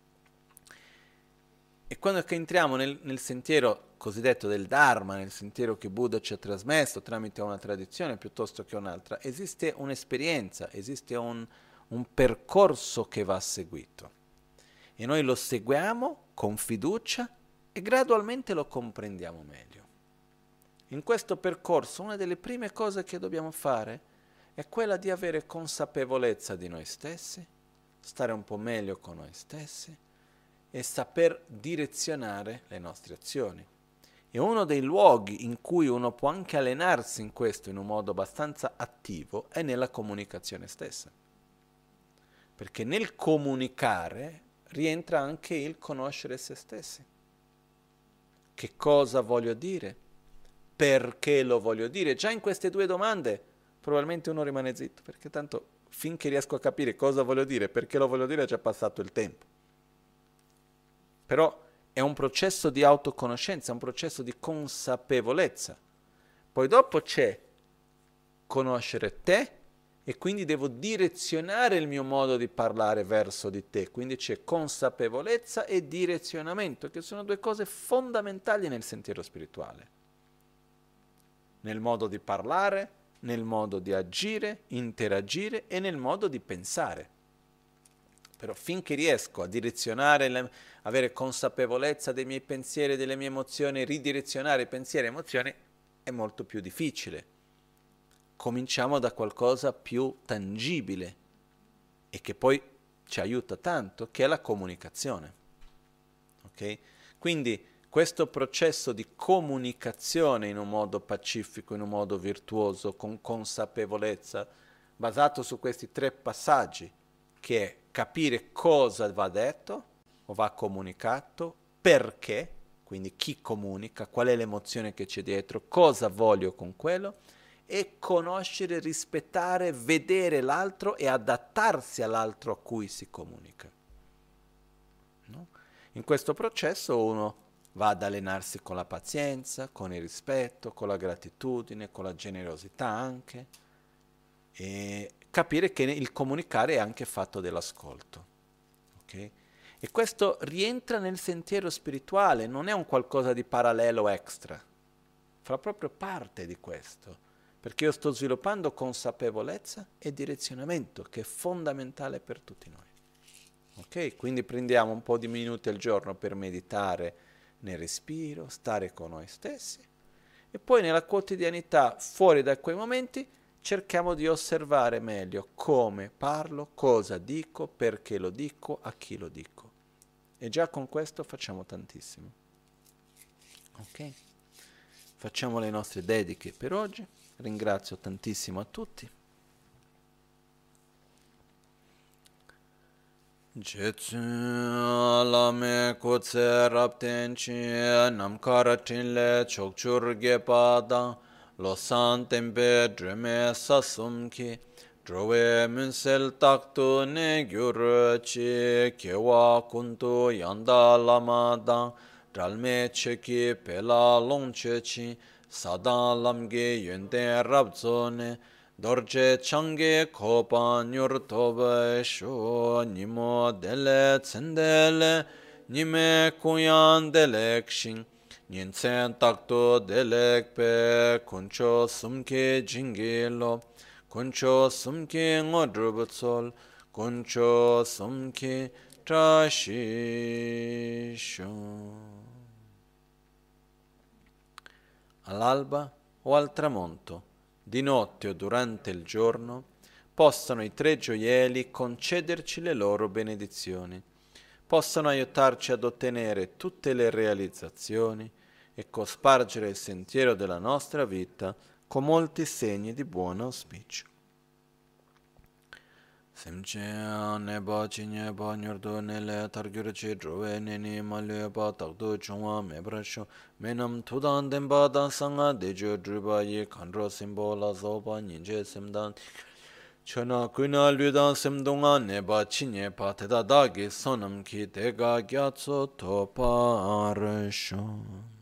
E quando entriamo nel sentiero cosiddetto del Dharma, nel sentiero che Buddha ci ha trasmesso tramite una tradizione piuttosto che un'altra, esiste un'esperienza, esiste un percorso che va seguito. E noi lo seguiamo con fiducia e gradualmente lo comprendiamo meglio. In questo percorso una delle prime cose che dobbiamo fare è quella di avere consapevolezza di noi stessi, stare un po' meglio con noi stessi e saper direzionare le nostre azioni. E uno dei luoghi in cui uno può anche allenarsi in questo in un modo abbastanza attivo è nella comunicazione stessa. Perché nel comunicare rientra anche il conoscere se stessi. Che cosa voglio dire? Perché lo voglio dire? Già in queste due domande probabilmente uno rimane zitto, perché tanto finché riesco a capire cosa voglio dire, perché lo voglio dire, è già passato il tempo. Però è un processo di autoconoscenza, è un processo di consapevolezza. Poi dopo c'è conoscere te e quindi devo direzionare il mio modo di parlare verso di te. Quindi c'è consapevolezza e direzionamento, che sono due cose fondamentali nel sentiero spirituale. Nel modo di parlare, nel modo di agire, interagire e nel modo di pensare. Però finché riesco a direzionare, avere consapevolezza dei miei pensieri, delle mie emozioni, ridirezionare pensieri e emozioni, è molto più difficile. Cominciamo da qualcosa più tangibile e che poi ci aiuta tanto, che è la comunicazione. Ok? Quindi questo processo di comunicazione in un modo pacifico, in un modo virtuoso, con consapevolezza, basato su questi tre passaggi, che è capire cosa va detto o va comunicato, perché, quindi chi comunica, qual è l'emozione che c'è dietro, cosa voglio con quello, e conoscere, rispettare, vedere l'altro e adattarsi all'altro a cui si comunica. No? In questo processo uno va ad allenarsi con la pazienza, con il rispetto, con la gratitudine, con la generosità anche, e capire che il comunicare è anche fatto dell'ascolto. Okay? E questo rientra nel sentiero spirituale, non è un qualcosa di parallelo extra, fa proprio parte di questo, perché io sto sviluppando consapevolezza e direzionamento, che è fondamentale per tutti noi. Ok? Quindi prendiamo un po' di minuti al giorno per meditare nel respiro, stare con noi stessi, e poi nella quotidianità, fuori da quei momenti, cerchiamo di osservare meglio come parlo, cosa dico, perché lo dico, a chi lo dico. E già con questo facciamo tantissimo. Ok? Facciamo le nostre dediche per oggi. Ringrazio tantissimo a tutti. Jetsun lame kutse rapten chi namkara tinle chokchur gepada losan tempe dreme sasum ki drowe munsel taktu ne gyur chi kewa kuntu yanda lamada dralme cheki pela longche chi sadan lamge yönde rabzone dorje change kopa nyur toba sho nimo dele tsendele nime kuyan delek shin nyinsen takto delek pe kuncho sumke jingelo kuncho sumke ngodrubutsol kuncho sumke trashisho. All'alba o al tramonto, di notte o durante il giorno, possano i tre gioielli concederci le loro benedizioni, possano aiutarci ad ottenere tutte le realizzazioni e cospargere il sentiero della nostra vita con molti segni di buon auspicio. Semche neba chinye ba nyurdo nele targyur chi drove neni malye ba takdo chungwa mebrasho menam tudan denba dan sanga dejo druba ye kandro simbo la zoba ninje semdan chona kuina lyudan semdunga neba chinye pa teda dagi sonam ki tega gyatso topa arasho.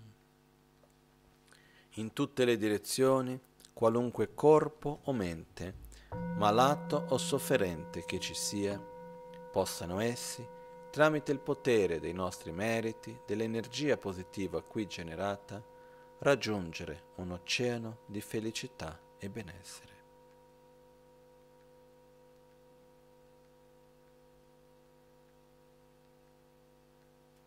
In tutte le direzioni, qualunque corpo o mente, malato o sofferente che ci sia, possano essi, tramite il potere dei nostri meriti, dell'energia positiva qui generata, raggiungere un oceano di felicità e benessere.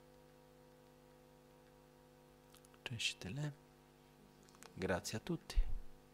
Grazie a tutti.